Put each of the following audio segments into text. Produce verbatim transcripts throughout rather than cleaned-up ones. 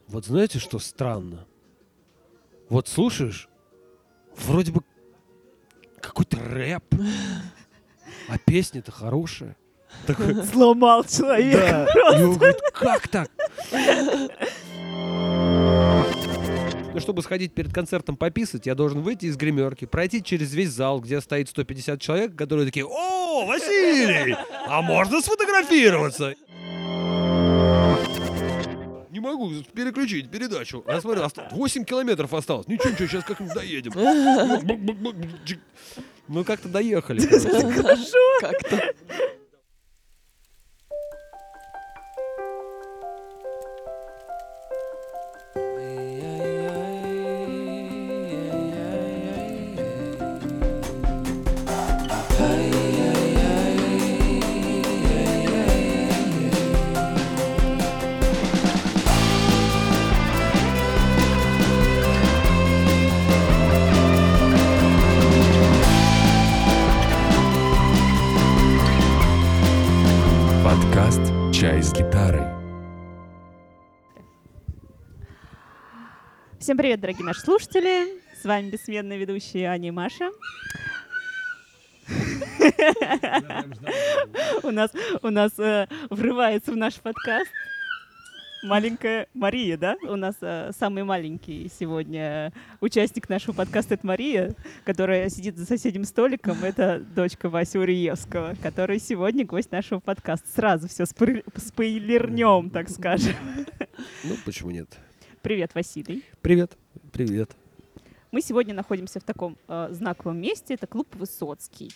Вот знаете, что странно? Вот слушаешь, вроде бы какой-то рэп, а песня-то хорошая. Такой, Сломал человека. да. И он говорит, как так? Ну, чтобы сходить перед концертом пописать, я должен выйти из гримерки, пройти через весь зал, где стоит сто пятьдесят человек, которые такие: «О, Василий, а можно сфотографироваться?» Не могу переключить передачу. Я смотрю, восемь километров осталось. Ничего, ничего, сейчас как-нибудь доедем. Мы как-то доехали. Хорошо. Как-то. Подкаст «Чай с гитарой». Всем привет, дорогие наши слушатели. С вами бессменные ведущие Аня и Маша. У нас, у нас э, врывается в наш подкаст маленькая Мария, да? У нас э, самый маленький сегодня участник нашего подкаста — это Мария, которая сидит за соседним столиком. Это дочка Васи Уриевского, который сегодня гость нашего подкаста. Сразу все спойлер- спойлернем, так скажем. Ну, почему нет? Привет, Василий. Привет. Привет. Мы сегодня находимся в таком э, знаковом месте. Это клуб «Высоцкий».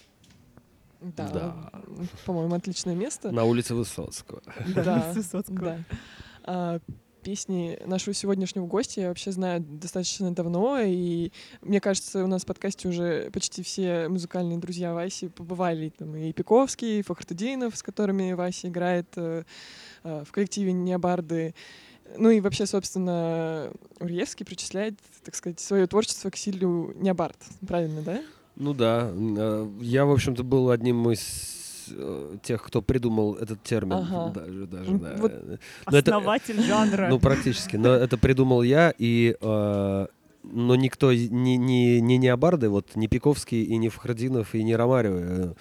Да, Да. по-моему, отличное место. На улице Высоцкого. Да, С Высоцкого. да. А, песни нашего сегодняшнего гостя я вообще знаю достаточно давно, и мне кажется, у нас в подкасте уже почти все музыкальные друзья Васи побывали. Там и Пиковский, и Фахрутдинов, с которыми Вася играет э, э, в коллективе «Необарды». Ну и вообще, собственно, Уриевский причисляет, так сказать, свое творчество к стилю необард. Правильно, да? Ну да. э, Я, в общем-то, был одним из э, тех, кто придумал этот термин. Ага. Даже, даже, М, да. вот Но это- Основатель жанра. Ну, практически. Но это придумал я, и... э, но никто, не, не, не Необарды, вот, не Пиковский, и не Фахрутдинов, и не Ромарио. э,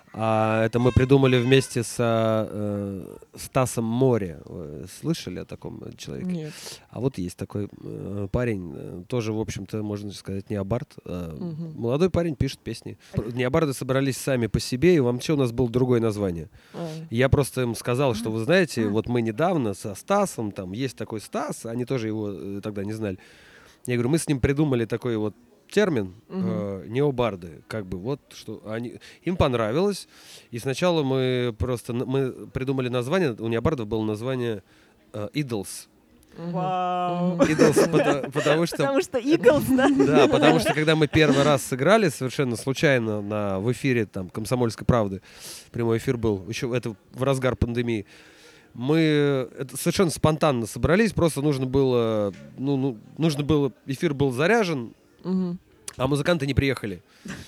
А это мы придумали вместе со э, Стасом Море. Вы слышали о таком человеке? Нет. А вот есть такой э, парень, э, тоже, в общем-то, можно сказать, необард. Э, Мгм. Молодой парень пишет песни. П- Необарды собрались сами по себе, и вообще у нас было другое название. А, Я просто им сказал, что, вы знаете, вот мы недавно со Стасом, там есть такой Стас, они тоже его э, тогда не знали. Я говорю, мы с ним придумали такой вот термин э, необарды, как бы вот что они им понравилось, и сначала мы просто н- мы придумали название, у необардов было название э, Idols. мгм. Вау. Мгм. Idols, пото- потому что Потому что Иглс, да? да, потому что когда мы первый раз сыграли совершенно случайно на в эфире там «Комсомольской правды», прямой эфир был еще это в разгар пандемии. Мы это совершенно спонтанно собрались, просто нужно было, ну, ну, нужно было, эфир был заряжен, Мгм. а музыканты не приехали.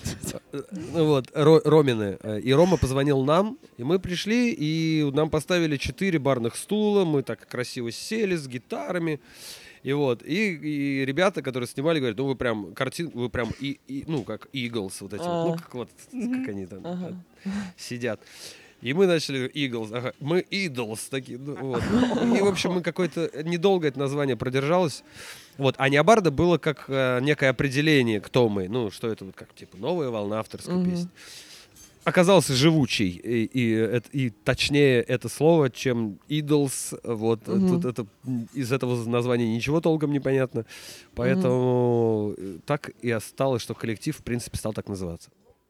Ну Вот, Ро- Ромины. И Рома позвонил нам, и мы пришли, и нам поставили четыре барных стула, мы так красиво сели с гитарами. И вот, и, и ребята, которые снимали, говорят, ну вы прям картин, вы прям, и, и, ну как Eagles, вот эти, вот, ну А. как вот, как они там Ага. сидят. И мы начали Eagles, ага, мы Idols такие, ну, вот. И, в общем, мы какое-то, недолго это название продержалось. Вот, а необарда было как э, некое определение, кто мы, ну, что это вот как, типа, новая волна авторской Мгм. песни. Оказался живучий, и, и, это- и точнее это слово, чем Idols, вот, Мгм. тут это, м, из этого названия ничего толком не понятно, поэтому э, так и осталось, что коллектив, в принципе, стал так называться.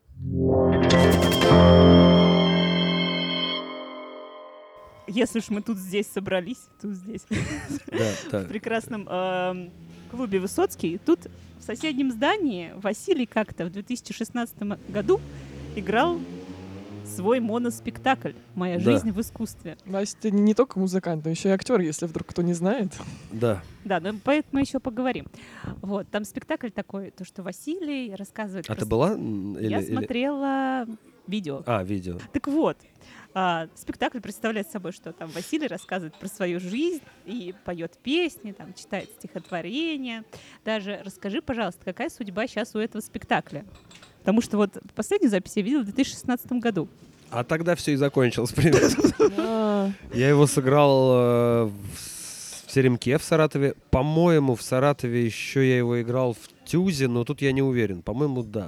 Если уж мы тут здесь собрались, тут здесь, Да, да. в прекрасном эм, клубе «Высоцкий», тут в соседнем здании Василий как-то в две тысячи шестнадцатом году играл свой моноспектакль «Моя Да. жизнь в искусстве». Вася, ты не только музыкант, но еще и актер, если вдруг кто не знает. Да. Да, но поэтому мы еще поговорим. Вот, там спектакль такой, то, что Василий рассказывает А про ты была? м, Я или- или- смотрела видео. А, видео. Так вот, а, спектакль представляет собой, что там Василий рассказывает про свою жизнь и поет песни, там читает стихотворения. Даже расскажи, пожалуйста, какая судьба сейчас у этого спектакля? Потому что вот последнюю запись я видела в две тысячи шестнадцатом году. А тогда все и закончилось примерно. А, Я его сыграл э, в, в Теремке в Саратове. По-моему, в Саратове еще я его играл в Тюзе, но тут я не уверен. По-моему, да.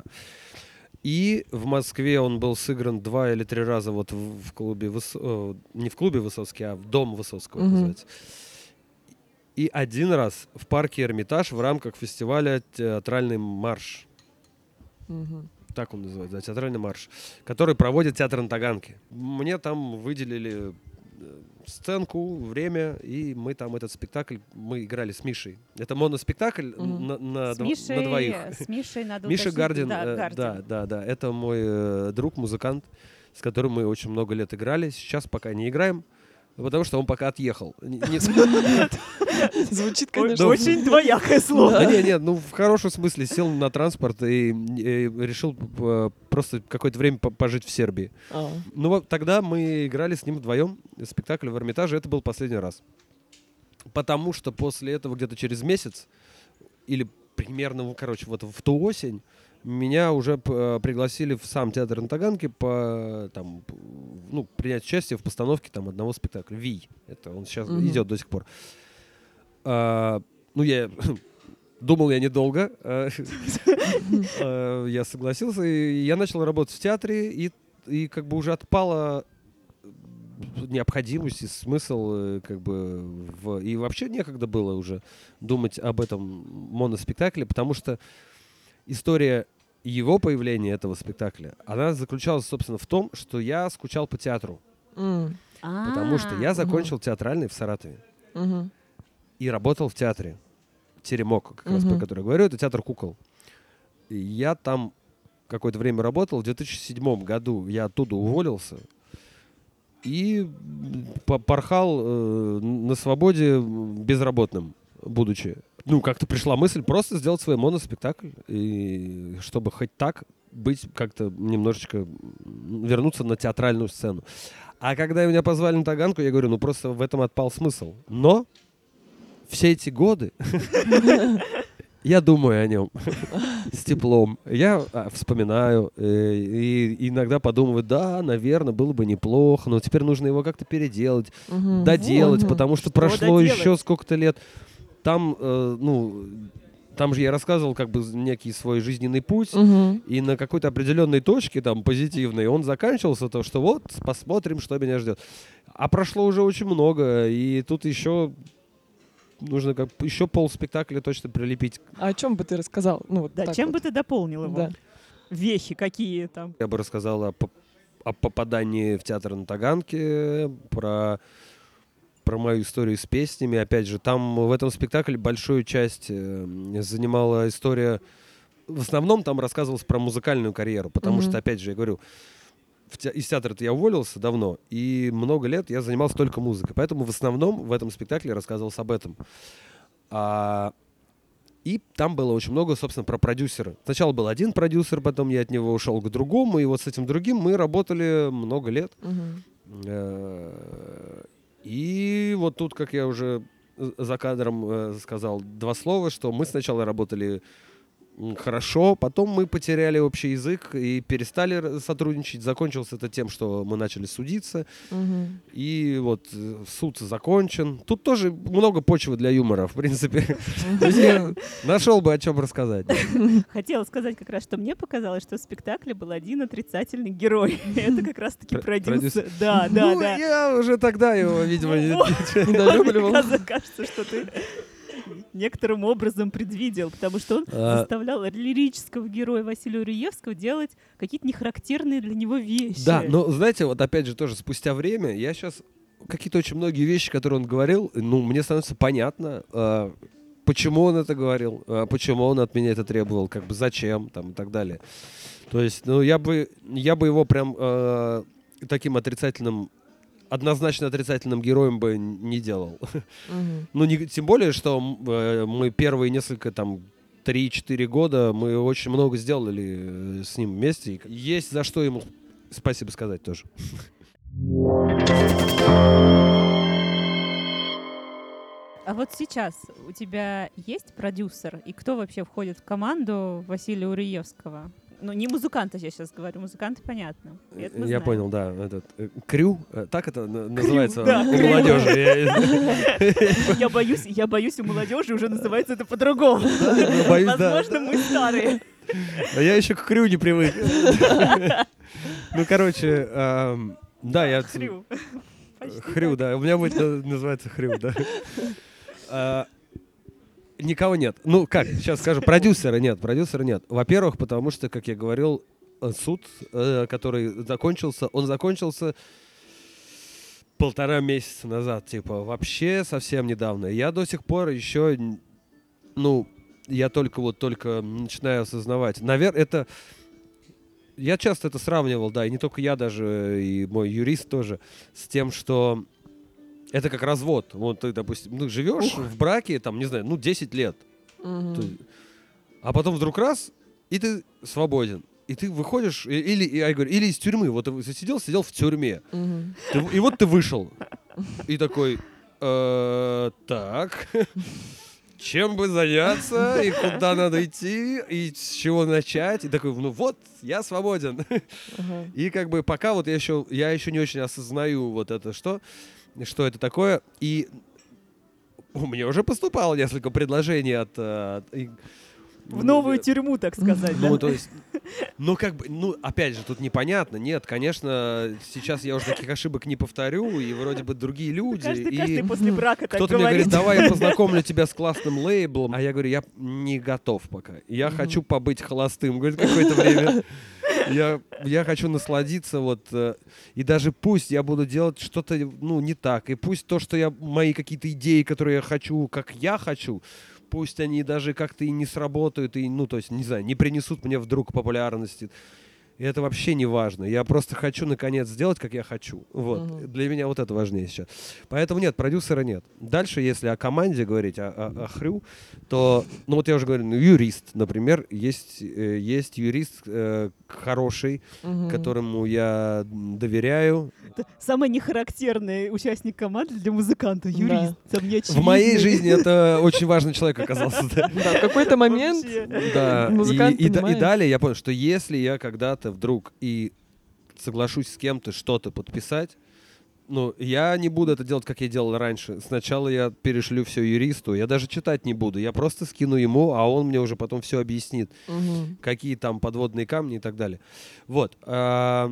И в Москве он был сыгран два или три раза вот в, в клубе, Выс... э, не в клубе Высоцкий, а в Дом Высоцкого Мгм. называется. И один раз в парке Эрмитаж в рамках фестиваля «Театральный марш». мгм. Так он называется, да, театральный марш, который проводит театр на Таганке. Мне там выделили э, сценку, время, и мы там этот спектакль, мы играли с Мишей. Это моноспектакль Мгм. на, на С дво- Мишей, на двоих. с Мишей надо Миша уточнить. Гардин, Да, э, Гардин. да, да, да, это мой э, друг, музыкант, с которым мы очень много лет играли. Сейчас пока не играем, потому что он пока отъехал. Не- не- Звучит, Ой, конечно. Очень двоякое слово. Да нет, нет, ну в хорошем смысле сел на транспорт и, и решил э, просто какое-то время по- пожить в Сербии. А, Ну вот тогда мы играли с ним вдвоем спектакль в Эрмитаже, это был последний раз. Потому что после этого где-то через месяц, или примерно, ну, короче, вот в ту осень, меня уже п- пригласили в сам театр на Таганке по, там, п- ну, принять участие в постановке там, одного спектакля. «Вий». Это он сейчас Мгм. идет до сих пор. А, ну, я думал я недолго. а, а, Я согласился, и я начал работать в театре, и, и как бы уже отпала необходимость и смысл, э, как бы, в... и вообще некогда было уже думать об этом моноспектакле, потому что история его появления, этого спектакля, она заключалась, собственно, в том, что я скучал по театру, м, потому что я А, закончил театральный в Саратове мгм. и работал в театре Теремок, как раз про Мгм. который я говорю, это театр кукол. И я там какое-то время работал. В две тысячи седьмом году я оттуда уволился и м, по- порхал э, на свободе м, безработным, будучи. Ну, как-то пришла мысль просто сделать свой моноспектакль, и чтобы хоть так быть, как-то немножечко м, вернуться на театральную сцену. А когда меня позвали на Таганку, я говорю, ну просто в этом отпал смысл. Но все эти годы я думаю о нем с теплом. Я а, вспоминаю э, и иногда подумываю, да, наверное, было бы неплохо, но теперь нужно его как-то переделать, Мгм. доделать, Мгм. потому что Что прошло доделать? еще сколько-то лет. Там, э, ну, там же я рассказывал как бы некий свой жизненный путь, Мгм. и на какой-то определенной точке, там, позитивной, он заканчивался, то, что вот, посмотрим, что меня ждет. А прошло уже очень много, и тут еще нужно как еще полспектакля точно прилепить. А о чем бы ты рассказал? Ну, вот Да, так чем вот. бы ты дополнил его? Да. Вехи какие там? Я бы рассказал о, поп- о попадании в театр на Таганке, про, про мою историю с песнями. Опять же, там в этом спектакле большую часть э, занимала история... В основном там рассказывалось про музыкальную карьеру, потому Мгм. что, опять же, я говорю, в те- из театра-то я уволился давно, и много лет я занимался только музыкой. Поэтому в основном в этом спектакле рассказывалось об этом. А, и там было очень много, собственно, про продюсера. Сначала был один продюсер, потом я от него ушел к другому, и вот с этим другим мы работали много лет. Мгм. Э, И вот тут, как я уже э, за кадром э, сказал два слова, что мы сначала работали м, хорошо, потом мы потеряли общий язык и перестали р- сотрудничать. Закончилось это тем, что мы начали судиться, Мгм. и вот э, суд закончен. Тут тоже много почвы для юмора, в принципе. То есть я нашел бы о чем рассказать. Хотела сказать как раз, что мне показалось, что в спектакле был один отрицательный герой. Это как раз-таки Про- продюсер. Да, да, Ну, да. я уже тогда его, видимо, не... Вот. Недолюбливал. Мне кажется- кажется, что ты некоторым образом предвидел, потому что он А. заставлял лирического героя Василия Уриевского делать какие-то нехарактерные для него вещи. Да, но знаете, вот опять же тоже спустя время я сейчас какие-то очень многие вещи, которые он говорил, ну, мне становится понятно, э, почему он это говорил, э, почему он от меня это требовал, как бы зачем, там и так далее. То есть, ну, я бы, я бы его прям э, таким отрицательным, однозначно отрицательным героем бы не делал. Мгм. Ну, не, тем более, что м, э, мы первые несколько там три-четыре года мы очень много сделали э, с ним вместе. И есть за что ему спасибо сказать тоже. А вот сейчас у тебя есть продюсер? И кто вообще входит в команду Василия Уриевского? Ну, не музыканты, я сейчас говорю, музыканты понятно. Это мы Я знаем. понял, да. Этот, э, крю, э, так это на- называется да, у крю. молодежи. Я- Я боюсь, я боюсь, у молодежи уже называется это по-другому. я боюсь, да. Возможно, мы старые. А я еще к крю не привык. Ну, короче, эм, да, я... Хрю. Почти Хрю, так. да. У меня будет на- называется хрю, да. А, Никого нет. Ну, как, сейчас скажу, продюсера нет, продюсера нет. Во-первых, потому что, как я говорил, э, суд, э, который закончился, он закончился полтора месяца назад, типа, вообще совсем недавно. Я до сих пор еще, н- ну, я только вот только начинаю осознавать. Наверное, это... Я часто это сравнивал, да, и не только я даже, и мой юрист тоже, с тем, что это как развод. Вот ты, допустим, ну, живешь в браке, там, не знаю, ну, десять лет. Мгм. Ты- А потом вдруг раз, и ты свободен. И ты выходишь, и- или, и я говорю, или из тюрьмы. Вот ты сидел, сидел в тюрьме. Мгм. Ты- и вот ты вышел. И такой, «Э, так, чем бы заняться, и куда надо идти, и с чего начать. И такой, ну вот, я свободен. Ага. И как бы пока вот я еще, я еще не очень осознаю вот это что, что это такое. И у меня уже поступало несколько предложений от... э, от- и- В новую тюрьму, так сказать. Ну, да? то есть, ну, как бы, ну, опять же, тут непонятно. Нет, конечно, сейчас я уже таких ошибок не повторю, и вроде бы другие люди. Каждый, и каждый после брака так кто-то мне говорит, говорит. давай я познакомлю тебя с классным лейблом. А я говорю, я не готов пока. Я Мгм. хочу побыть холостым, говорит, какое-то время. Я, я хочу насладиться, вот, э, и даже пусть я буду делать что-то, ну, не так, и пусть то, что я, мои какие-то идеи, которые я хочу, как я хочу, пусть они даже как-то и не сработают, и, ну, то есть, не знаю, не принесут мне вдруг популярности. И это вообще не важно. Я просто хочу, наконец, сделать, как я хочу. Вот. Мгм. Для меня вот это важнее сейчас. Поэтому нет, продюсера нет. Дальше, если о команде говорить, о, о- о хрю, то, ну вот я уже говорю, ну, юрист, например, есть, э, есть юрист э, хороший, Мгм. которому я м, доверяю. Это самый нехарактерный участник команды для музыканта. Юрист. Там В неочевидный. моей жизни это очень важный человек оказался. да. Да, в какой-то момент Вообще. Да, Музыкант и, и да- и понимает. далее я понял, что если я когда-то вдруг и соглашусь с кем-то что-то подписать, ну, я не буду это делать, как я делал раньше. Сначала я перешлю все юристу, я даже читать не буду, я просто скину ему, а он мне уже потом все объяснит, Мгм. какие там подводные камни и так далее. Вот. а,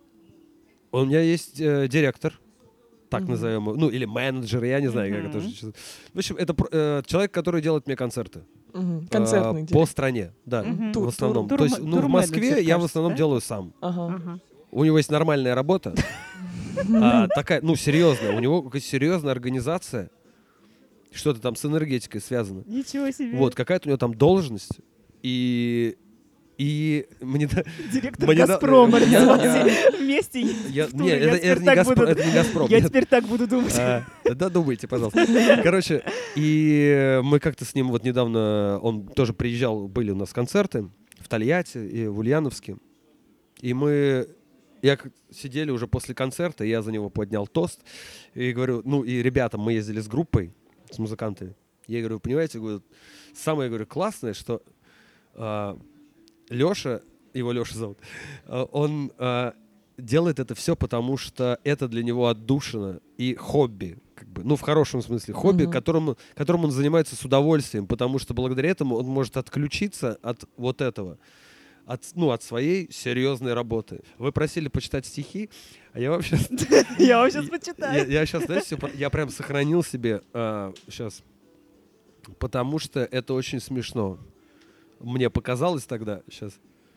У меня есть э, директор, так Мгм. назовем его, ну, или менеджер, я не знаю, как это Мгм. уже сейчас. В общем, это про- э, человек, который делает мне концерты. Мгм. э, Концертный по директор. стране, да. Мгм. В Тур- основном. тур- То есть, тур- ну, в Москве турменеджер, я в кажется, основном да? делаю сам. Ага. Ага. У него есть нормальная работа, а, такая, ну, серьезная. У него какая-то серьезная организация, что-то там с энергетикой связано. Ничего себе. Вот, какая-то у него там должность, и и мне да- Директор мне да- «Газпрома» я- назывался. Вместе я- в туре. не, Я это, теперь это не так Газпром, буду- это не Газпром. Я нет. теперь так буду думать. А, да, думайте, пожалуйста. Короче, и мы как-то с ним вот недавно, он тоже приезжал, были у нас концерты в Тольятти и в Ульяновске. И мы, я как- сидели уже после концерта, я за него поднял тост. И говорю, ну и ребятам, мы ездили с группой, с музыкантами. Я говорю, понимаете, говорю, самое, говорю, классное, что а, Леша, его Леша зовут, а, он а, делает это все, потому что это для него отдушина и хобби. Как бы, ну, в хорошем смысле, хобби, Мгм. которым, которым он занимается с удовольствием, потому что благодаря этому он может отключиться от вот этого, от, ну, от своей серьезной работы. Вы просили почитать стихи, а я вообще... Я вам сейчас Я, почитаю. я сейчас, знаете, всё, я прям сохранил себе сейчас, потому что это очень смешно. Мне показалось тогда, сейчас.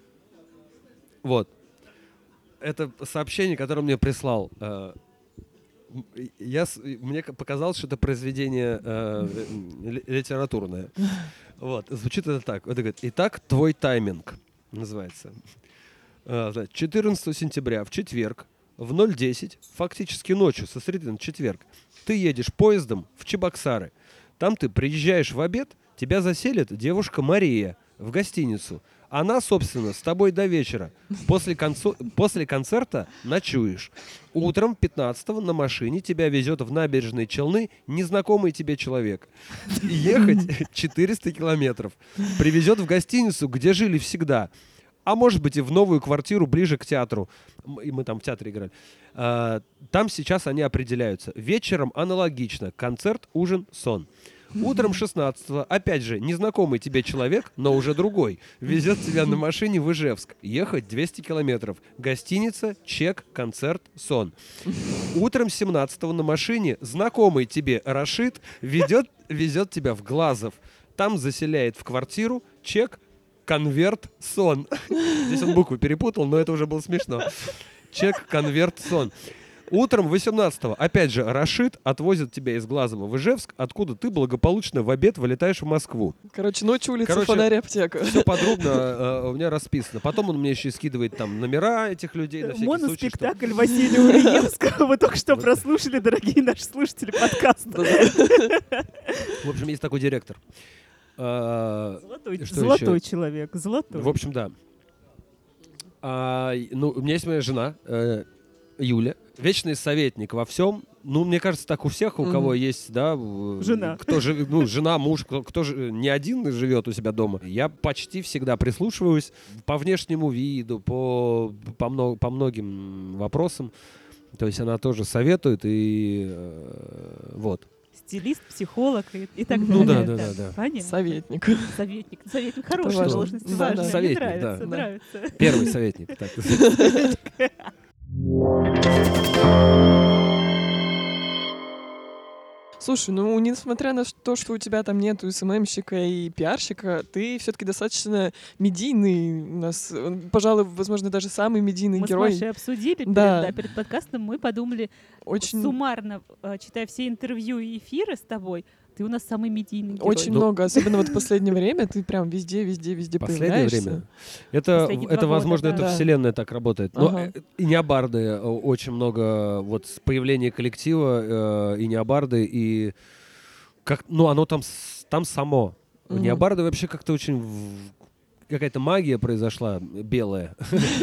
Вот. Это сообщение, которое он мне прислал. э, м, Я, с- мне к- показалось, что это произведение э, ли- литературное. Вот. Звучит это так. Это говорит, итак, твой тайминг называется. Э, значит, четырнадцатого сентября в четверг в ноль десять, фактически ночью, со среды на четверг, ты едешь поездом в Чебоксары. Там ты приезжаешь в обед, тебя заселит девушка Мария, в гостиницу. Она, собственно, с тобой до вечера. После, концу... После концерта ночуешь. Утром пятнадцатого на машине тебя везет в набережные Челны незнакомый тебе человек. Ехать четыреста километров. Привезет в гостиницу, где жили всегда. А может быть и в новую квартиру ближе к театру. И мы там в театре играли. А, там сейчас они определяются. Вечером аналогично. Концерт, ужин, сон. Утром шестнадцатого, опять же, незнакомый тебе человек, но уже другой, везет тебя на машине в Ижевск. Ехать двести километров. Гостиница, чек, концерт, сон. Утром семнадцатого на машине знакомый тебе Рашид ведет, везет тебя в Глазов. Там заселяет в квартиру, чек, конверт, сон. Здесь он букву перепутал, но это уже было смешно. Чек, конверт, сон. Утром восемнадцатого, опять же, Рашид отвозит тебя из Глазова в Ижевск, откуда ты благополучно в обед вылетаешь в Москву. Короче, ночь, улица, Короче, фонарь, аптека. Все подробно э, у меня расписано. Потом он мне еще и скидывает там номера этих людей. На всякий случай, что... Моноспектакль Василия Ульевского. Вы только что прослушали, дорогие наши слушатели подкаста. В общем, есть такой директор. А, Золотой, что золотой еще? человек, золотой. В общем, да. А, ну, у меня есть моя жена, э, Юля, вечный советник во всем. Ну, мне кажется, так у всех, у Мгм. кого есть, да, в- Жена. кто жи- ну, жена, муж, кто, кто же не один живет у себя дома. Я почти всегда прислушиваюсь по внешнему виду, по, по, мно- по многим вопросам. То есть она тоже советует, и э, вот. Стилист, психолог и, и так Ну далее. да, да, да, да. Понятно. Советник. Советник. Советник хорошая важно. должность. Да, важная. да. Советник, Мне нравится, да. нравится. Первый советник. так. Слушай, ну, несмотря на то, что у тебя там нету СММщика и пиарщика, ты все-таки достаточно медийный у нас, э, пожалуй, возможно, даже самый медийный Мы с герой. Машей обсудили перед, Да. да, перед подкастом, мы подумали, Очень, суммарно, э, читая все интервью и эфиры с тобой, ты у нас самый медийный герой. очень Ну- много, особенно вот в последнее время, ты прям везде, везде, везде Последнее появляешься. время. Это, Последние два это года, возможно, да. это Да. вселенная так работает. Но Ага. э, и необарды э, очень много вот с появления коллектива э, и необарды, и как, ну, оно там, с- там само. Мгм. Необарды вообще как-то очень в- какая-то магия произошла белая.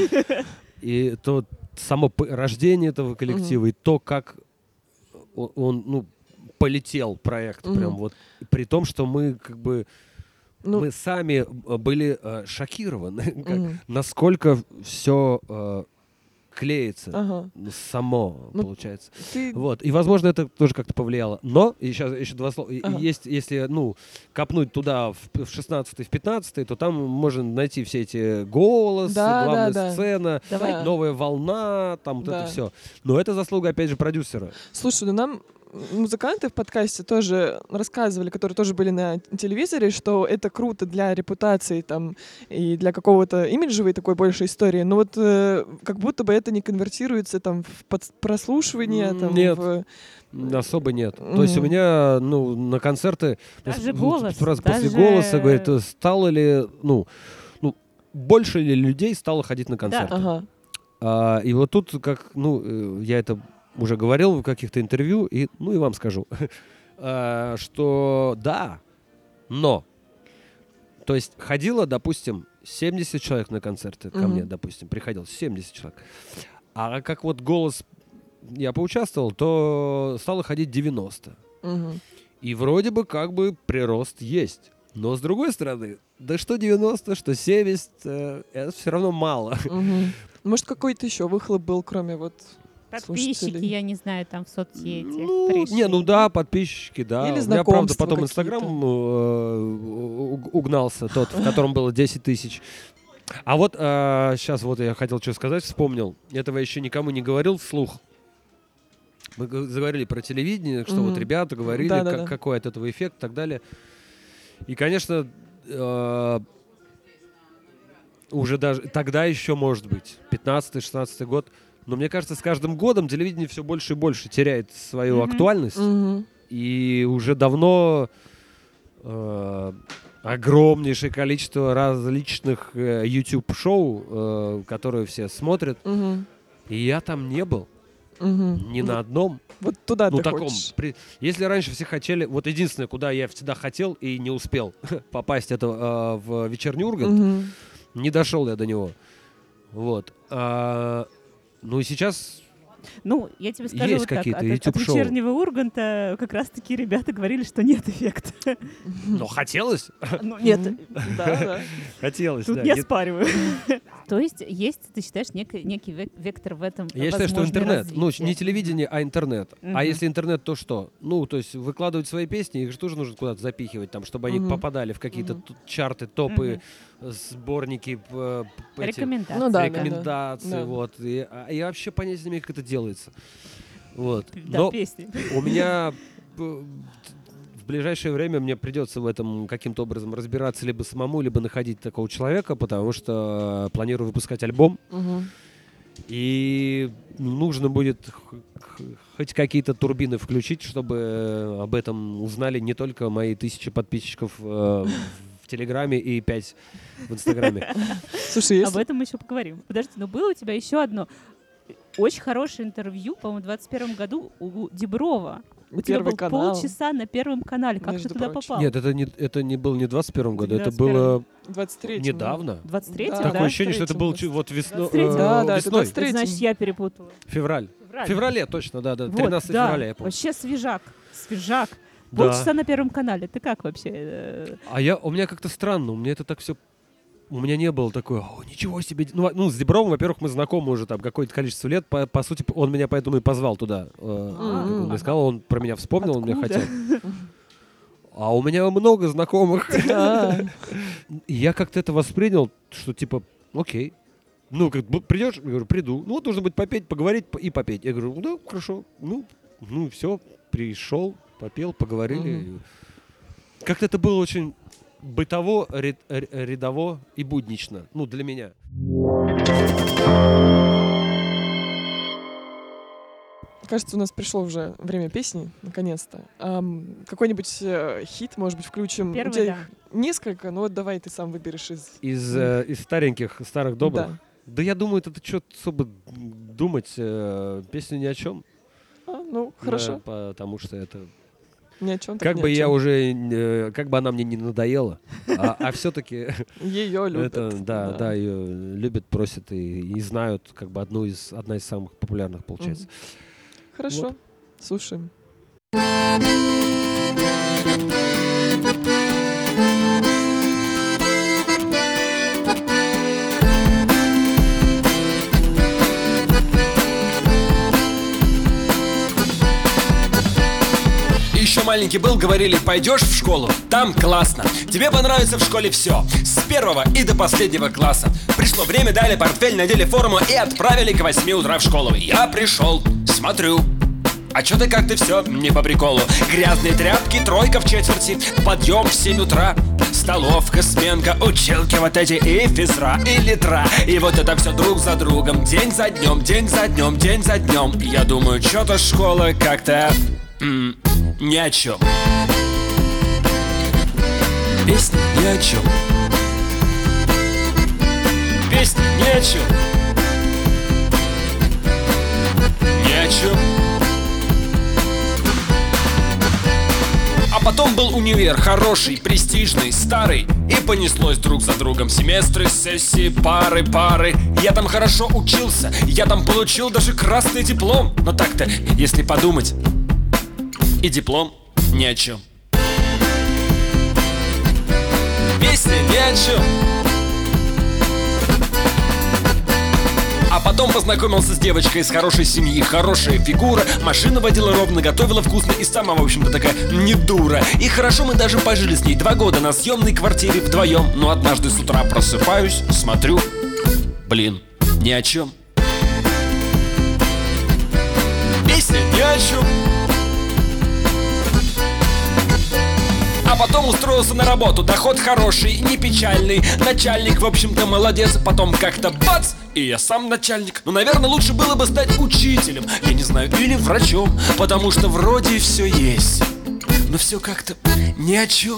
И то само п- рождение этого коллектива, и то, как о- он, ну, полетел проект, Мгм. прям вот, при том, что мы как бы Ну, мы сами э, были э, шокированы, как- мгм. насколько все клеится Ага. само, Ну, получается. Ты... Вот. И, возможно, это тоже как-то повлияло. Но, и сейчас еще два слова. И- Ага. Есть, если, ну, копнуть туда в, в шестнадцатый, в пятнадцатый, то там можно найти все эти голос, Да, главная да, да. сцена, Давай. Да. новая волна, там вот Да. это все. Но это заслуга, опять же, продюсера. Слушай, ну нам музыканты в подкасте тоже рассказывали, которые тоже были на телевизоре, что это круто для репутации там и для какого-то имиджевой такой большей истории, но вот э, как будто бы это не конвертируется там в под- прослушивание, там Нет. в... Особо нет. То есть у Мгм. меня, ну, на концерты... Даже ну, голос, Сразу после даже- голоса, говорит, э, стало ли, ну, ну, больше ли людей стало ходить на концерты? Ага. А, и вот тут, как, ну, э, я это уже говорил в каких-то интервью, и, ну, и вам скажу, а, что да, но, то есть ходило, допустим, семьдесят человек на концерты ко Мгм. мне, допустим, приходил семьдесят человек. А как вот голос я поучаствовал, то стало ходить девяносто. Мгм. И вроде бы как бы прирост есть. Но с другой стороны, да что девяносто, что семьдесят, э, это все равно мало. Мгм. Может, какой-то еще выхлоп был, кроме вот... Подписчики, слушателей. я не знаю, там в соцсети. Ну, пришли. не, ну да, подписчики, да. Или У меня, правда, знакомства потом какие-то. Инстаграм э, уг- угнался, тот, в котором было десять тысяч. А вот сейчас вот я хотел что сказать, вспомнил. Этого еще никому не говорил вслух. Мы г- заговорили про телевидение, что вот Мгм. ребята говорили, Да-да-да. как- какой от этого эффект и так далее. И, конечно, э, уже даже тогда еще, может быть, пятнадцатый-шестнадцатый год, но мне кажется, с каждым годом телевидение все больше и больше теряет свою Мгм. актуальность. Мгм. И уже давно э, огромнейшее количество различных э, YouTube-шоу, э, которые все смотрят. Мгм. И я там не был. Мгм. Не на одном. Вот туда Ну, ты таком. хочешь. при- Если раньше все хотели... Вот единственное, куда я всегда хотел и не успел попасть, это э, в вечерний Ургант. Мгм. Не дошел я до него. Вот. А, ну и сейчас... Ну, я тебе скажу Есть вот так, какие-то от, от YouTube-шоу. вечернего Урганта как раз-таки ребята говорили, что нет эффекта. Но хотелось. Ну, нет, Мгм. Да, да. Хотелось, тут да. не Не- оспариваю. То есть есть, ты считаешь, некий, некий век- вектор в этом Я считаю, что возможное интернет, ну, развитие? не телевидение, а интернет. Мгм. А если интернет, то что? Ну, то есть выкладывать свои песни, их же тоже нужно куда-то запихивать, там, чтобы они Мгм. попадали в какие-то Мгм. т- чарты, топы, сборники, п- п- эти Рекомендации. Ну да, да. рекомендации, да. вот. И, а я вообще понятия не имею, как это делается. Вот. Да, Но песни. у меня э, в ближайшее время мне придется в этом каким-то образом разбираться либо самому, либо находить такого человека, потому что планирую выпускать альбом. Мгм. И нужно будет х- х- хоть какие-то турбины включить, чтобы об этом узнали не только мои тысячи подписчиков э, в Телеграме и пять в Инстаграме. Слушай, Об если... этом мы еще поговорим. Подожди, но было у тебя еще одно очень хорошее интервью, по-моему, в двадцать первом году у Диброва. У тебя Первый был канал. полчаса на Первом канале. Как Между ты туда прочим. попал? Нет, это не, это не было не в двадцать первом году, это двадцать первом. было двадцать третьем. недавно. двадцать третьем, Да. да? Такое ощущение, что это было двадцать чуть- вот весной. двадцать третьем? Да, да, это весной. двадцать третьем. Значит, я перепутала. Февраль. Февраль. В феврале, точно, да, да. Вот, тринадцатого да. февраля, я помню. Вообще свежак. Свежак. Да. Полчаса на Первом канале. Ты как вообще? э, А я, у меня как-то странно, у меня это так все... У меня не было такой, о, ничего себе. Ну, а- ну, с Дибровым, во-первых, мы знакомы уже там какое-то количество лет. По, по сути, он меня поэтому и позвал туда. э, как он мне сказал, он про меня вспомнил, он мне Откуда? хотел. А у меня много знакомых. А, И я как-то это воспринял, что типа, окей. Ну, как бы придешь, я говорю, приду. Ну, вот нужно будет попеть, поговорить п- и попеть. Я говорю, ну, хорошо. Ну, ну все, пришел, попел, поговорили. Как-то это было очень бытово, ряд- р- рядово и буднично. Ну, для меня. кажется, у нас пришло уже время песни, наконец-то. Ам, какой-нибудь э, хит, может быть, включим. Первый, У тебя да. их несколько, но вот давай ты сам выберешь из... Из, э, из стареньких, старых добрых. Да. Да я думаю, это что особо думать. э, песню ни о чем. А, ну, хорошо. Да, потому что это... Ни о чем. Как бы я уже... э, как бы она мне не надоела. А, а все-таки... Ее любят. Это, да, да, ее любят, просят и, и знают, как бы одну из, одна из самых популярных, получается. Хорошо. Вот. Слушаем. Еще маленький был, говорили, пойдешь в школу, там классно. Тебе понравится в школе все, с первого и до последнего класса. Пришло время, дали портфель, надели форму и отправили к восьми утра в школу. Я пришел, смотрю, а чё ты как-то все не по приколу. Грязные тряпки, тройка в четверти, подъем в семь утра, столовка, сменка, училки вот эти и физра, и литра. И вот это все друг за другом, день за днем, день за днем, день за днем. Я думаю, что-то школа как-то м, ни о чем. Песня ни о чем. Песня ни о чем. Ни о чем. А потом был универ, хороший, престижный, старый. И понеслось друг за другом семестры, сессии, пары, пары. Я там хорошо учился, я там получил даже красный диплом. Но так-то, если подумать, и диплом ни о чем. Песня ни о чем. А потом познакомился с девочкой из хорошей семьи, хорошая фигура, машину водила ровно, готовила вкусно и сама, в общем-то, такая не дура. И хорошо мы даже пожили с ней два года на съемной квартире вдвоем. Но однажды с утра просыпаюсь, смотрю, блин, ни о чем. Песня ни о чем. А потом устроился на работу, доход хороший, не печальный. Начальник, в общем-то, молодец. Потом как-то бац, и я сам начальник. Ну, наверное, лучше было бы стать учителем, я не знаю, или врачом, потому что вроде все есть, но все как-то ни о чем.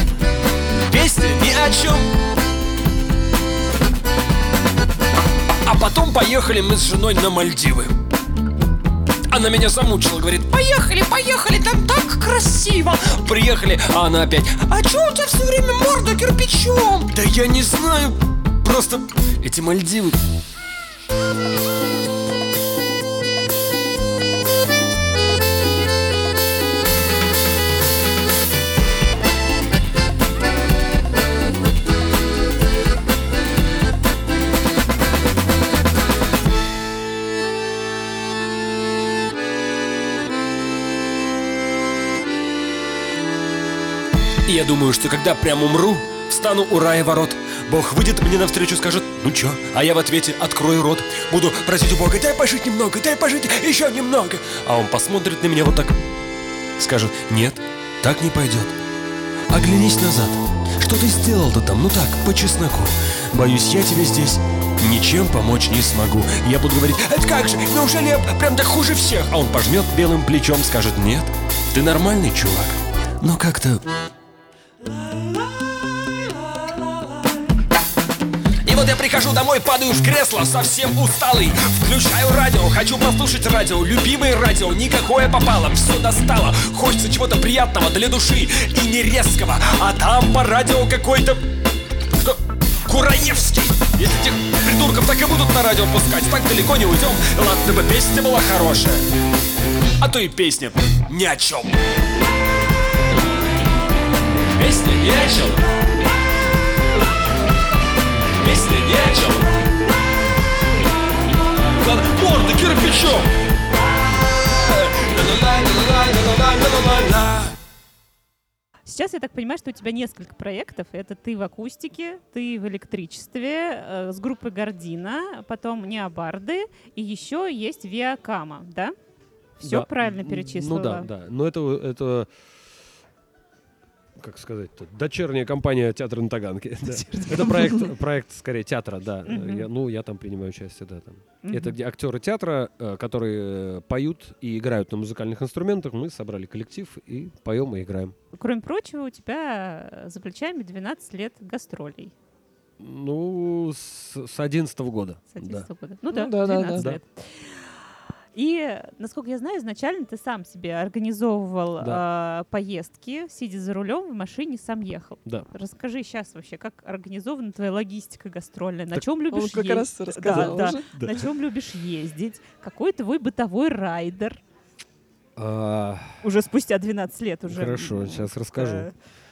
Песня ни о чем. А А потом поехали мы с женой на Мальдивы. Она меня замучила, говорит: поехали, поехали, там так красиво. Приехали, а она опять: а чё у тебя все время морда кирпичом? Да я не знаю, просто эти Мальдивы. И я думаю, что когда прям умру, встану у рая ворот, Бог выйдет мне навстречу, скажет: ну чё? А я в ответе открою рот. Буду просить у Бога: дай пожить немного, дай пожить еще немного. А он посмотрит на меня вот так, скажет: нет, так не пойдет. Оглянись назад. Что ты сделал-то там? Ну так, по чесноку. Боюсь, я тебе здесь ничем помочь не смогу. Я буду говорить: это как же, неужели я прям так хуже всех? А он пожмет белым плечом, скажет: нет, ты нормальный чувак. Но как-то... И вот я прихожу домой, падаю в кресло, совсем усталый. Включаю радио, хочу послушать радио, любимое радио, никакое попало, все достало. Хочется чего-то приятного для души и не резкого. А там по радио какой-то... Кто? Кураевский. Если этих придурков так и будут на радио пускать, так далеко не уйдем. Ладно бы песня была хорошая, а то и песня ни о чем. Песня ни о чем. Песня ни о чем. Морда кирпичом. Сейчас я так понимаю, что у тебя несколько проектов. Это ты в акустике, ты в электричестве, э, с группой Гордина, потом Необарды, и еще есть Виакама, да? Все Да. правильно перечислила? Ну да, да. Но это, это как сказать-то, дочерняя компания театра на Таганке. Да. Это проект, проект, скорее, театра, да. Мгм. Я, ну, я там принимаю участие, да. Там. Мгм. Это где актеры театра, э, которые поют и играют на музыкальных инструментах. Мы собрали коллектив и поем и играем. Кроме прочего, у тебя за плечами двенадцать лет гастролей Ну, с, с одиннадцатого года. с Да. одиннадцатого года. Ну, Ну да, да, да, двенадцать да. лет. И, насколько я знаю, изначально ты сам себе организовывал а, поездки, сидя за рулем в машине, сам ехал. Да. Расскажи сейчас вообще, как организована твоя логистика гастрольная, на Так чем любишь Он как ездить? раз рассказал да, уже. да. На чем любишь ездить? Какой твой бытовой райдер? А, Уже спустя двенадцать лет уже. Хорошо, м, сейчас расскажу. э,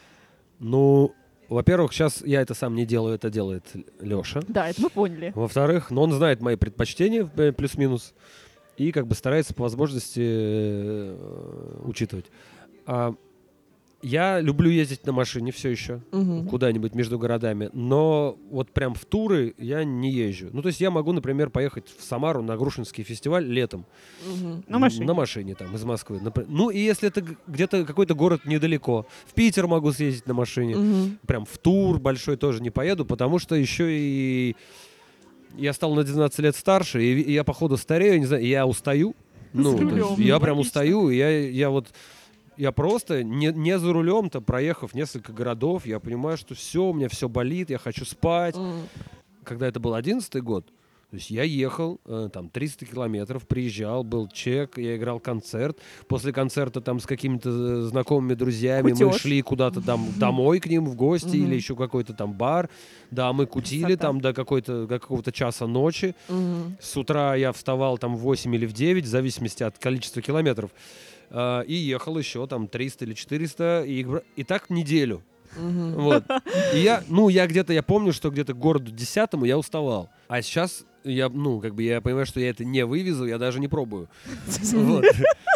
Ну, во-первых, сейчас я это сам не делаю, это делает Лёша. Да, это мы поняли. Во-вторых, ну, он знает мои предпочтения, э, плюс-минус, и как бы старается по возможности э, учитывать. А, я люблю ездить на машине все еще, Мгм. куда-нибудь между городами, но вот прям в туры я не езжу. Ну, то есть я могу, например, поехать в Самару на Грушинский фестиваль летом. Мгм. На машине. На машине там, из Москвы. Напр- Ну, и если это г- где-то какой-то город недалеко, в Питер могу съездить на машине. Мгм. Прям в тур большой тоже не поеду, потому что еще и я стал на двенадцать лет старше, и, и я, походу, старею, не знаю, и я устаю. Ну, то есть рулем, я ну, прям логично. устаю, и я, я вот, я просто не, не за рулем-то, проехав несколько городов, я понимаю, что все, у меня все болит, я хочу спать. М. Когда это был одиннадцатый год, то есть я ехал, э, там, триста километров, приезжал, был чек, я играл концерт. После концерта там с какими-то э, знакомыми друзьями мы Кутёж. шли куда-то там домой к ним в гости Мгм. или еще какой-то там бар. Да, мы кутили Красота. там до, какой-то, до какого-то часа ночи. Мгм. С утра я вставал там в восемь или в девять, в зависимости от количества километров. Э, и ехал еще там триста или четыреста, и, игра- и так неделю. Мгм. Вот. И я, ну, я где-то, я помню, что где-то к городу десятому я уставал. А сейчас я, ну, как бы я понимаю, что я это не вывезу, я даже не пробую. Вот.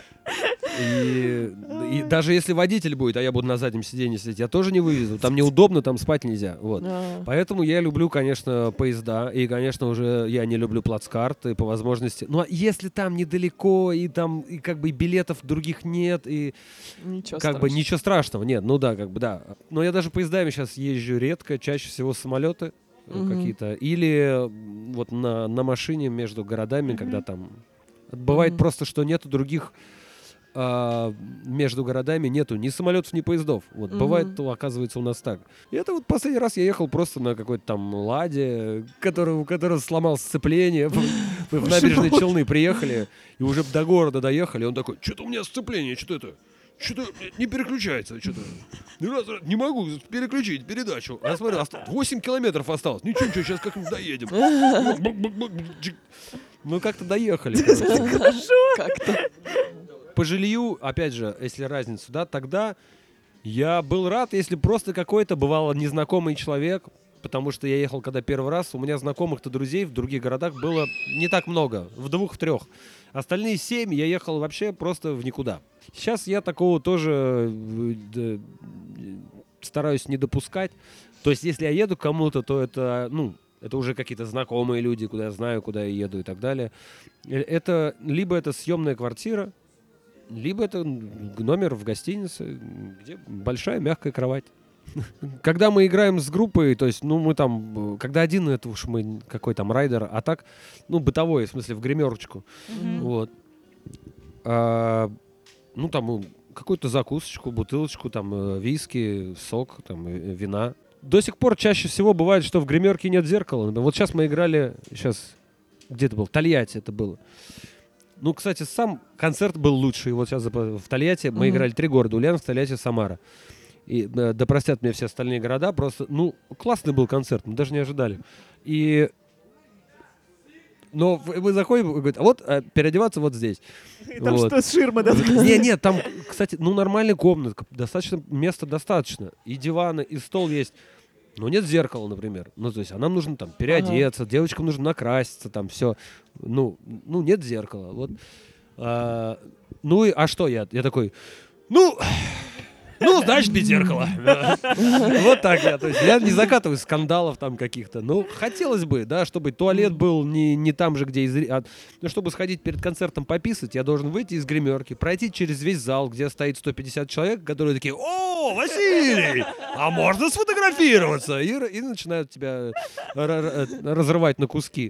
И, и даже если водитель будет, а я буду на заднем сиденье сидеть, я тоже не вывезу. Там неудобно, там спать нельзя. Вот. А. Поэтому я люблю, конечно, поезда. И, конечно, уже я не люблю плацкарты по возможности. Ну, а если там недалеко, и там и как бы и билетов других нет, и Ничего как бы страшного. ничего страшного, нет, ну да, как бы да. Но я даже поездами сейчас езжу редко, чаще всего самолеты э, Мгм. какие-то. Или м, вот на, на машине между городами, Мгм. когда там... Бывает Мгм. просто, что нету других а, между городами нету ни самолетов, ни поездов. Вот Мгм. бывает, то, оказывается, у нас так. И это вот последний раз я ехал просто на какой-то там ладе, который, у которого сломалось сцепление. Мы в набережные Челны приехали, и уже до города доехали. Он такой: что-то у меня сцепление, что-то это... Что-то не переключается, что-то. Раз, раз, не могу переключить передачу. А смотри, восемь километров осталось. Ничего, ничего, сейчас как-нибудь доедем. Ну, как-то доехали. Как-то. По жилью, опять же, если разницу, да, тогда я был рад, если просто какой-то, бывало, незнакомый человек, потому что я ехал когда первый раз, у меня знакомых-то друзей в других городах было не так много, в двух-трех. Остальные семь я ехал вообще просто в никуда. Сейчас я такого тоже э, да, стараюсь не допускать. То есть, если я еду к кому-то, то это, ну, это уже какие-то знакомые люди, куда я знаю, куда я еду и так далее. Э, Это либо это съемная квартира, либо это номер в гостинице, где большая мягкая кровать. Когда мы играем с группой, то есть, ну, мы там, э, когда один, это уж мы какой там райдер, а так, ну, бытовой, в смысле, в гримерочку. Мгм. Вот. А, ну, там, э, какую-то закусочку, бутылочку, там, э, виски, сок, там, э, вина. До сих пор чаще всего бывает, что в гримерке нет зеркала. Вот сейчас мы играли, сейчас, где это был? Тольятти это было. Ну, кстати, сам концерт был лучший. Вот сейчас в Тольятти мы Мгм. играли три города: Ульяновск, Тольятти, Самара. И э, да простят меня все остальные города, просто, ну, классный был концерт, мы даже не ожидали. И... Но в- мы заходим, и говорит: а вот э, переодеваться вот здесь. И там Вот. что, ширма, да? Не, нет, там, кстати, ну, нормальная комнатка, достаточно, места достаточно. И диваны, и стол есть. Но нет зеркала, например. Ну, то есть, а нам нужно там переодеться, девочкам нужно накраситься, там все. Ну, ну, нет зеркала. Вот. А, ну, и, а что я? Я такой: ну... Ну, значит, без зеркала. Вот так я. То есть я не закатываю скандалов там каких-то. Ну, хотелось бы, да, чтобы туалет был не, не там же, где... Из... а, ну, чтобы сходить перед концертом пописать, я должен выйти из гримерки, пройти через весь зал, где стоит сто пятьдесят человек, которые такие: о, Василий, а можно сфотографироваться? И, р- и начинают тебя р- р- разрывать на куски.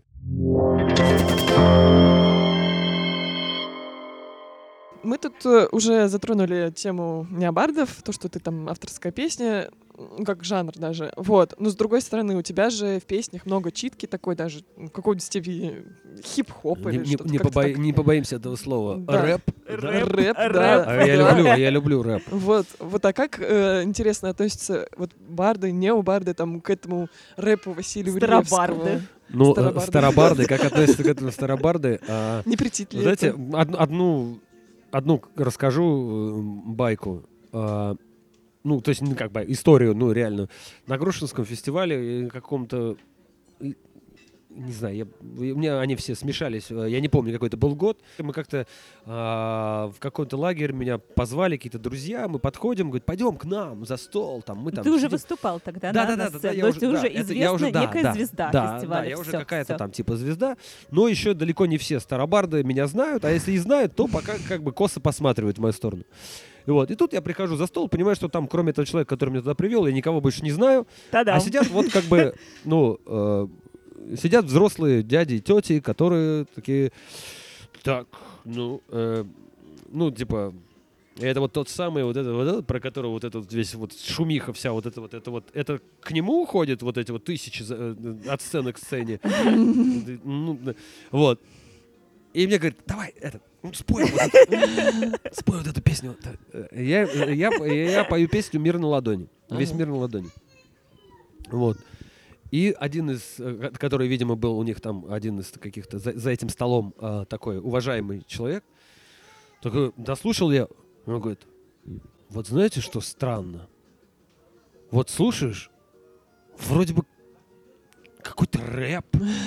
Мы тут э, уже затронули тему необардов, то, что ты там авторская песня, м, как жанр даже. Вот. Но с другой стороны, у тебя же в песнях много читки такой даже, м, в какой-то степени хип-хоп Не, или не- что-то не как-то побои- так. не побоимся этого слова. Да. Рэп. Рэп. да? Рэп, рэп. да. А я да. люблю, я люблю рэп. Вот, вот, вот, а как э, интересно относятся вот барды, необарды там к этому рэпу Василия Старобарды. Ульевского? Ну, э, Старобарды. старобарды, как относятся к этому старобарды? а, Не претит ли Знаете, это? од- одну, одну расскажу э, байку. А, Ну, то есть, ну, как бы, историю, ну, реально. На Грушинском фестивале э, каком-то... э, Не знаю, я, у меня они все смешались. э, Я не помню, какой это был год. Мы как-то а, в какой-то лагерь меня позвали, какие-то друзья. Мы подходим, говорят: пойдем к нам за стол. Там, мы там Ты уже сидим». выступал тогда Да, на, да, на да, да, сцене. я То есть уже, ты да, уже это я известная уже, да, некая да, звезда да, фестиваля. Да, я уже Всё, какая-то всё. там типа звезда, но еще далеко не все старобарды меня знают, а если и знают, то пока как бы косо посматривают в мою сторону. И вот, и тут я прихожу за стол, понимаю, что там, кроме этого человека, который меня туда привел, я никого больше не знаю, Та-дам. а сидят вот как бы, ну, э, сидят взрослые дяди и тети, которые такие: так, ну, э, ну, типа, это вот тот самый, вот это, вот этот, про которого вот этот весь вот шумиха вся, вот это вот, это вот, это к нему уходит вот эти вот тысячи за- э, от сцены к сцене. Ну, да. Вот. И мне говорят: давай, этот, ну, спой вот эту, спой вот эту песню. Я, я, я пою песню «Мир на ладони». Весь Ага. мир на ладони. Вот. И один из, э, который, видимо, был у них там, один из каких-то за, за этим столом э, такой уважаемый человек, такой, дослушал я, он говорит: вот знаете, что странно? Вот слушаешь, вроде бы какой-то рэп,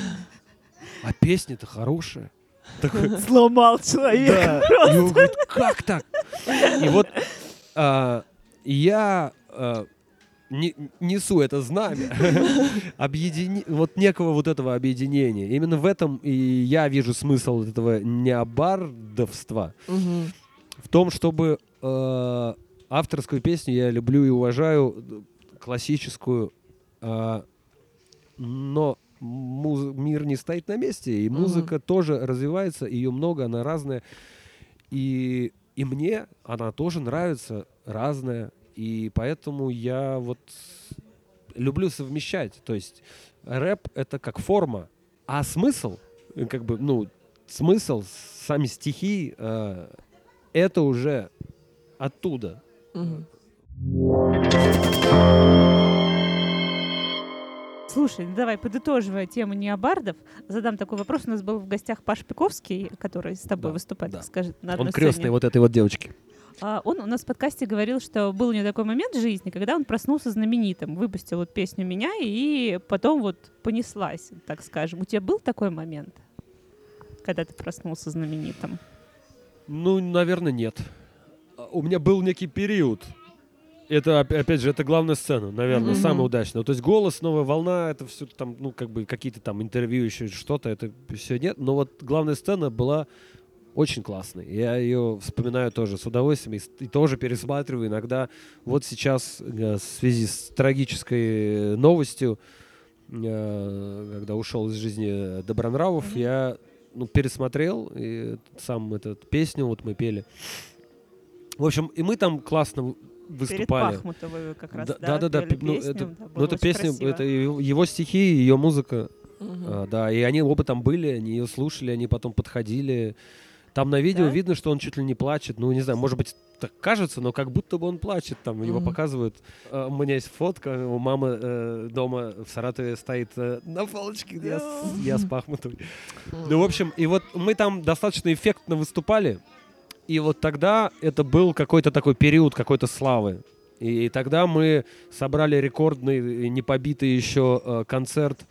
а песня-то хорошая. Такой, Сломал человека. да. И он говорит: как так? И вот а, я а, не- несу это знамя объедини- вот некого вот этого объединения. Именно в этом и я вижу смысл вот этого необардовства. Мгм. В том, чтобы э, авторскую песню я люблю и уважаю, э, классическую, а, но муз- мир не стоит на месте, и Мгм. музыка тоже развивается, ее много, она разная. И, И мне она тоже нравится, разная. И поэтому я вот люблю совмещать. То есть рэп — это как форма, а смысл, как бы, ну, смысл, сами стихи, э, это уже оттуда. Мгм. Слушай, ну давай, подытоживая тему необардов, задам такой вопрос. У нас был в гостях Паш Пиковский, который с тобой Да, выступает, да. скажет, на Он одной крестный сцене. вот этой вот девочки. А он у нас в подкасте говорил, что был у него такой момент в жизни, когда он проснулся знаменитым, выпустил вот песню «Меня», и потом вот понеслась, так скажем. У тебя был такой момент, когда ты проснулся знаменитым? Ну, наверное, нет. А, У меня был некий период. Это, оп- опять же, это главная сцена, наверное, Мгм. самая удачная. То есть голос, новая волна, это все там, ну, как бы какие-то там интервью, еще что-то, это все нет. Но вот главная сцена была очень классной. Я ее вспоминаю тоже с удовольствием и, с- и тоже пересматриваю иногда. Вот сейчас э, в связи с трагической новостью, э, когда ушел из жизни Добронравов, я ну, пересмотрел и сам этот песню, вот мы пели. В общем, и мы там классно выступали. Перед Пахмутовой как раз, Да, да, да, да, пели пи- ну, песню, это, да, ну, было это очень песня, красиво. это его, его стихи, ее музыка, Мгм. а, да, и они оба там были, они ее слушали, они потом подходили. Там на видео Да? видно, что он чуть ли не плачет, ну, не знаю, может быть, так кажется, но как будто бы он плачет, там его Мгм. показывают. А, у меня есть фотка, у мамы э, дома в Саратове стоит э, на полочке, где я, с- я с Пахмутовой. Ну, в общем, и вот мы там достаточно эффектно выступали, и вот тогда это был какой-то такой период какой-то славы. И тогда мы собрали рекордный, не побитый еще э, концерт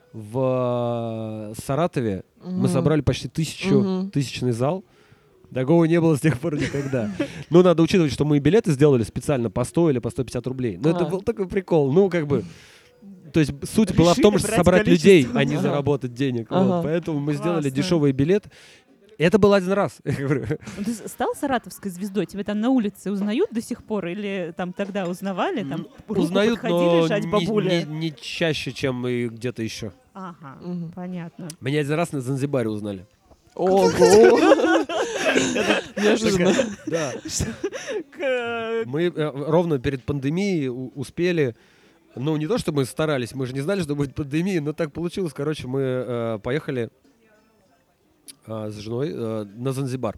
в э, Саратове. Мы Мгм. собрали почти тысячу, Мгм. тысячный зал. Такого не было с тех пор никогда. Ну, надо учитывать, что мы и билеты сделали специально по сто или по сто пятьдесят рублей. Но это А. был такой прикол. Ну, как бы... То есть суть была в том, Решили что брать собрать количество. людей, а не Ага. заработать денег. Ага. Вот, поэтому мы сделали Классно. дешевый билет. Это был один раз. Я говорю. Ну, Ты с- стал саратовской звездой? Тебя там на улице узнают до сих пор? Или там тогда узнавали? Там руку Узнают, подходили но жать не, бабуля? не- не чаще, чем и где-то еще. Ага, Мгм. понятно. Меня один раз на Занзибаре узнали. Ого! Неожиданно. Да. К- Мы э, ровно перед пандемией у- успели, ну, не то, что мы старались, мы же не знали, что будет пандемия, но так получилось. Короче, мы э, поехали э, с женой э, на Занзибар.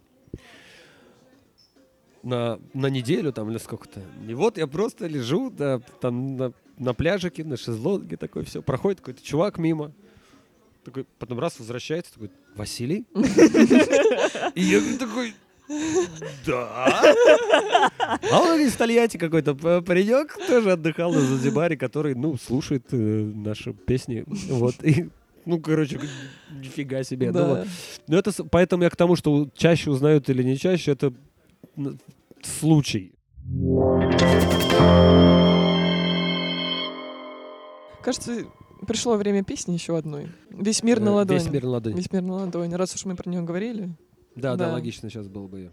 На, на неделю там или сколько-то. И вот я просто лежу да, там на, на пляжике, на шезлонге, такой все. Проходит какой-то чувак мимо. Такой, потом раз возвращается, такой, Василий? И я такой, да. А он из Тольятти какой-то п- паренек, тоже отдыхал на Занзибаре, который, ну, слушает э, наши песни. Вот. И, ну, короче, нифига себе. Ну, вот. Да. Ну, это, с- поэтому я к тому, что чаще узнают или не чаще, это м, случай. Кажется, пришло время песни еще одной. «Весь мир на Э, ладони». Весь мир на ладони. «Весь мир на ладони». Раз уж мы про нее говорили. Да, да, Да. логично сейчас было бы ее.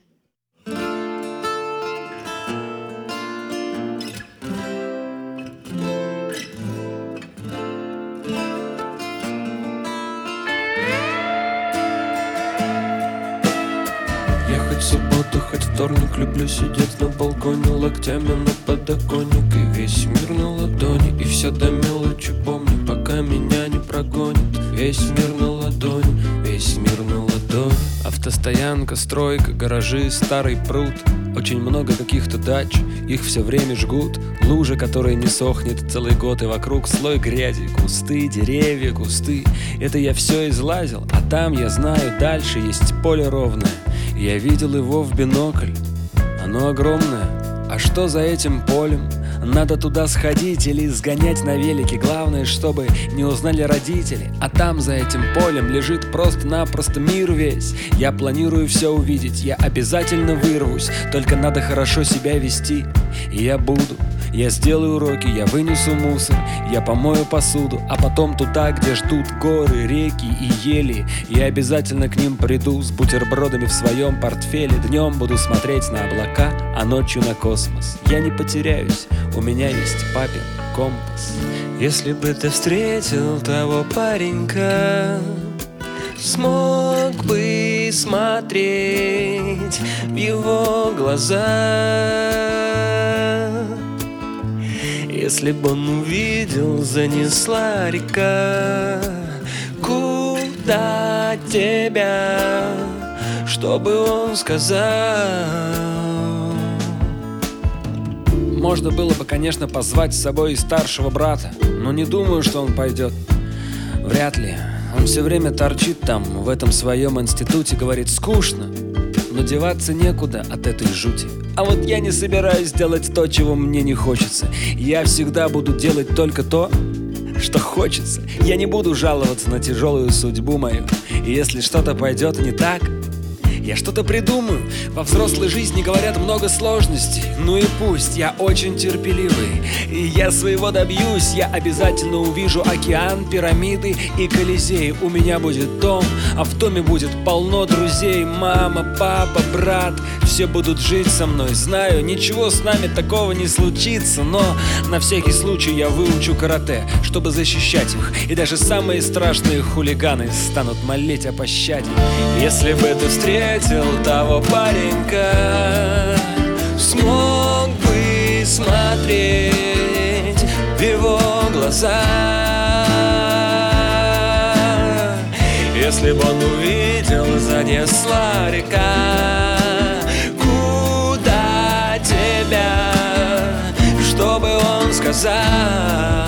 Я хоть в субботу, хоть вторник люблю сидеть на балконе, локтями на подоконник, и весь мир на ладони, и все до мелочи помню, пока меня не прогонит. Весь мир на ладони, весь мир на ладони. Автостоянка, стройка, гаражи, старый пруд. Очень много каких-то дач, их все время жгут. Лужа, которая не сохнет целый год, и вокруг слой грязи. Кусты, деревья, кусты. Это я все излазил, а там, я знаю, дальше есть поле ровное. Я видел его в бинокль, оно огромное. А что за этим полем? Надо туда сходить или сгонять на велике. Главное, чтобы не узнали родители. А там за этим полем лежит просто-напросто мир весь. Я планирую все увидеть, я обязательно вырвусь. Только надо хорошо себя вести. И я буду, я сделаю уроки, я вынесу мусор, я помою посуду. А потом туда, где ждут горы, реки и ели. Я обязательно к ним приду с бутербродами в своем портфеле. Днем буду смотреть на облака, а ночью на космос. Я не потеряюсь, у меня есть папин компас. Если бы ты встретил того паренька, смог бы бы смотреть в его глаза. Если бы он увидел, занесла река. Куда тебя, чтобы он сказал? Можно было бы, конечно, позвать с собой и старшего брата, но не думаю, что он пойдет. Вряд ли. Он все время торчит там, в этом своем институте, говорит, скучно, но деваться некуда от этой жути. А вот я не собираюсь делать то, чего мне не хочется. Я всегда буду делать только то, что хочется. Я не буду жаловаться на тяжелую судьбу мою. И если что-то пойдет не так, я что-то придумаю. Во взрослой жизни, говорят, много сложностей. Ну и пусть, я очень терпеливый, и я своего добьюсь. Я обязательно увижу океан, пирамиды и Колизей. У меня будет дом, а в доме будет полно друзей. Мама, папа, брат, все будут жить со мной. Знаю, ничего с нами такого не случится, но на всякий случай я выучу карате, чтобы защищать их. И даже самые страшные хулиганы станут молить о пощаде. Если бы ты встретил того паренька, смог бы смотреть в его глаза. Если бы он увидел, занесла река. Куда тебя, чтобы он сказал?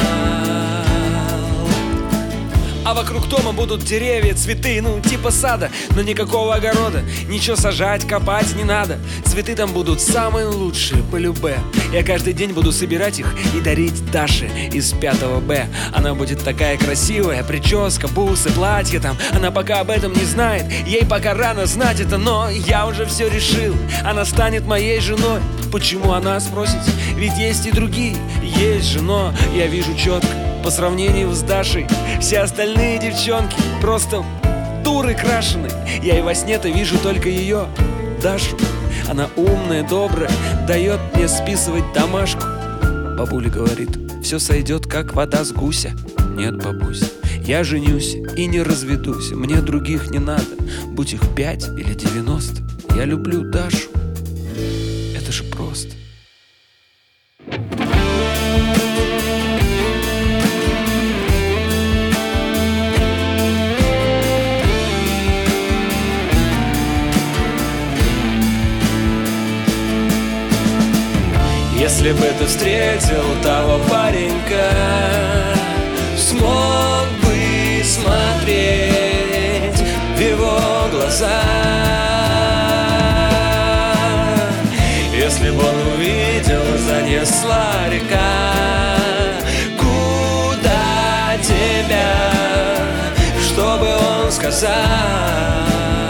А вокруг дома будут деревья, цветы, ну типа сада, но никакого огорода, ничего сажать, копать не надо. Цветы там будут самые лучшие, по любэ. Я каждый день буду собирать их и дарить Даше из пятого Б. Она будет такая красивая, прическа, бусы, платье там. Она пока об этом не знает, ей пока рано знать это, но я уже все решил. Она станет моей женой. Почему она, спросите? Ведь есть и другие, есть же, но я вижу четко. По сравнению с Дашей, все остальные девчонки просто дуры крашеные. Я и во сне-то вижу только ее, Дашу. Она умная, добрая, дает мне списывать домашку. Бабуля говорит, все сойдет, как вода с гуся. Нет, бабуся, я женюсь и не разведусь. Мне других не надо, будь их пять или девяносто. Я люблю Дашу. Это же просто. Если бы ты встретил того паренька, смог бы смотреть в его глаза. Если бы он увидел, занесла река. Куда тебя, чтобы он сказал?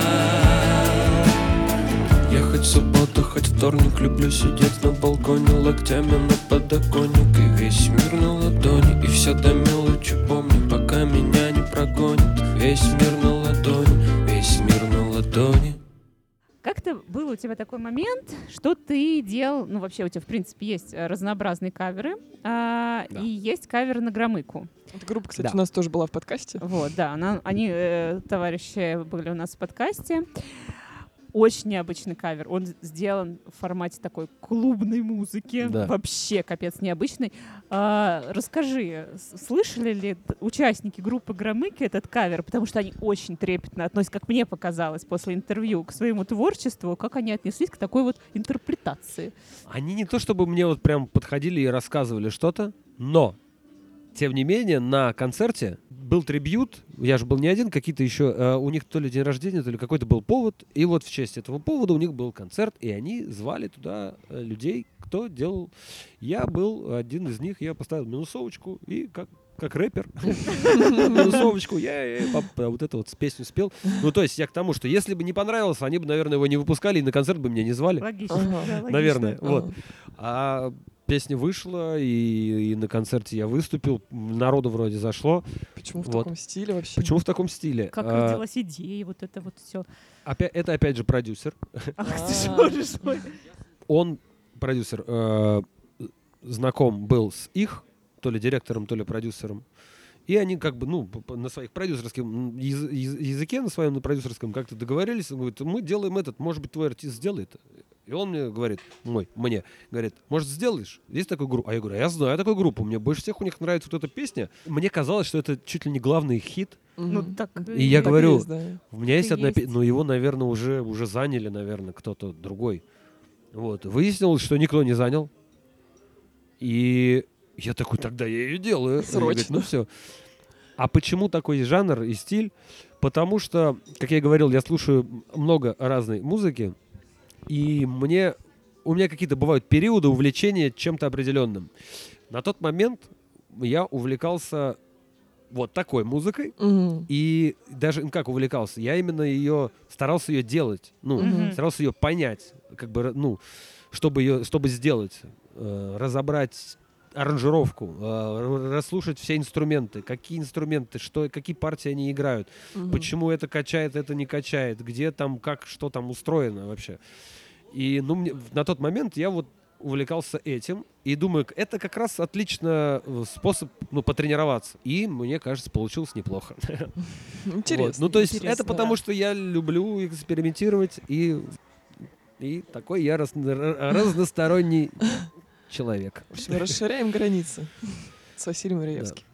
Я хоть в субботу, хоть вторник люблю сидеть на балконе, локтями на подоконник, и весь мир на ладони, и все до мелочи помню, пока меня не прогонит. Весь мир на ладони, весь мир на ладони. Как-то был у тебя такой момент, что ты делал, ну вообще у тебя в принципе есть э, разнообразные каверы, а, Да. и есть кавер на Громыку. Эта группа, кстати, Да. у нас тоже была в подкасте. Вот, да, она, они, э, товарищи, были у нас в подкасте. Очень необычный кавер. Он сделан в формате такой клубной музыки. Да. Вообще капец необычный. А, расскажи, с- слышали ли т- участники группы Громыки этот кавер? Потому что они очень трепетно относятся, как мне показалось после интервью, к своему творчеству. Как они отнеслись к такой вот интерпретации? Они не то чтобы мне вот прям подходили и рассказывали что-то, но, тем не менее, на концерте был трибьют, я же был не один, какие-то еще, э, у них то ли день рождения, то ли какой-то был повод, и вот в честь этого повода у них был концерт, и они звали туда э, людей, кто делал. Я был один из них, я поставил минусовочку, и как, как рэпер, минусовочку, я вот эту вот песню спел. Ну, то есть я к тому, что если бы не понравилось, они бы, наверное, его не выпускали, и на концерт бы меня не звали. Логично. Ага. да, логично. Наверное, вот. Ага. А песня вышла, и, и на концерте я выступил, народу вроде зашло. Почему в Вот. таком стиле вообще? Почему в таком стиле? Как А, родилась идея, вот это вот все. опя- это опять же продюсер. Ах А. ты ж, боже ж мой. Он, продюсер, э, знаком был с их, то ли директором, то ли продюсером. И они как бы, ну, п- п- на своих продюсерском яз- яз- языке, на своем на продюсерском как-то договорились. Он говорит, мы делаем этот, может быть, твой артист сделает. И он мне говорит, мой, мне, говорит, может, сделаешь? Есть такую группу? А я говорю, я знаю такую группу, мне больше всех у них нравится вот эта песня. Мне казалось, что это чуть ли не главный их хит. Ну, Мгм. так И я Так и говорю, есть, да. у меня есть Это одна есть. песня, но его, наверное, уже, уже заняли, наверное, кто-то другой. Вот. Выяснилось, что никто не занял. И я такой, тогда я ее делаю. Они говорят, Срочно. ну все. А почему такой жанр и стиль? Потому что, как я говорил, я слушаю много разной музыки, и мне, у меня какие-то бывают периоды увлечения чем-то определенным. На тот момент я увлекался вот такой музыкой, Мгм. и даже, ну, как увлекался, я именно ее, старался ее делать, ну, Мгм. старался ее понять, как бы, ну, чтобы ее, чтобы сделать, э, разобрать аранжировку, э, р- расслушать все инструменты, какие инструменты, что, какие партии они играют, Мгм. почему это качает, это не качает, где там, как, что там устроено вообще. И, ну, мне, в- на тот момент я вот увлекался этим, и думаю, это как раз отлично э, способ, ну, потренироваться. И, мне кажется, получилось неплохо. Интересно. Вот. Ну, то есть интересно, это потому, да. что я люблю экспериментировать, и, и такой я раз- р- разносторонний человек. В общем, расширяем границы с Василием Раевским.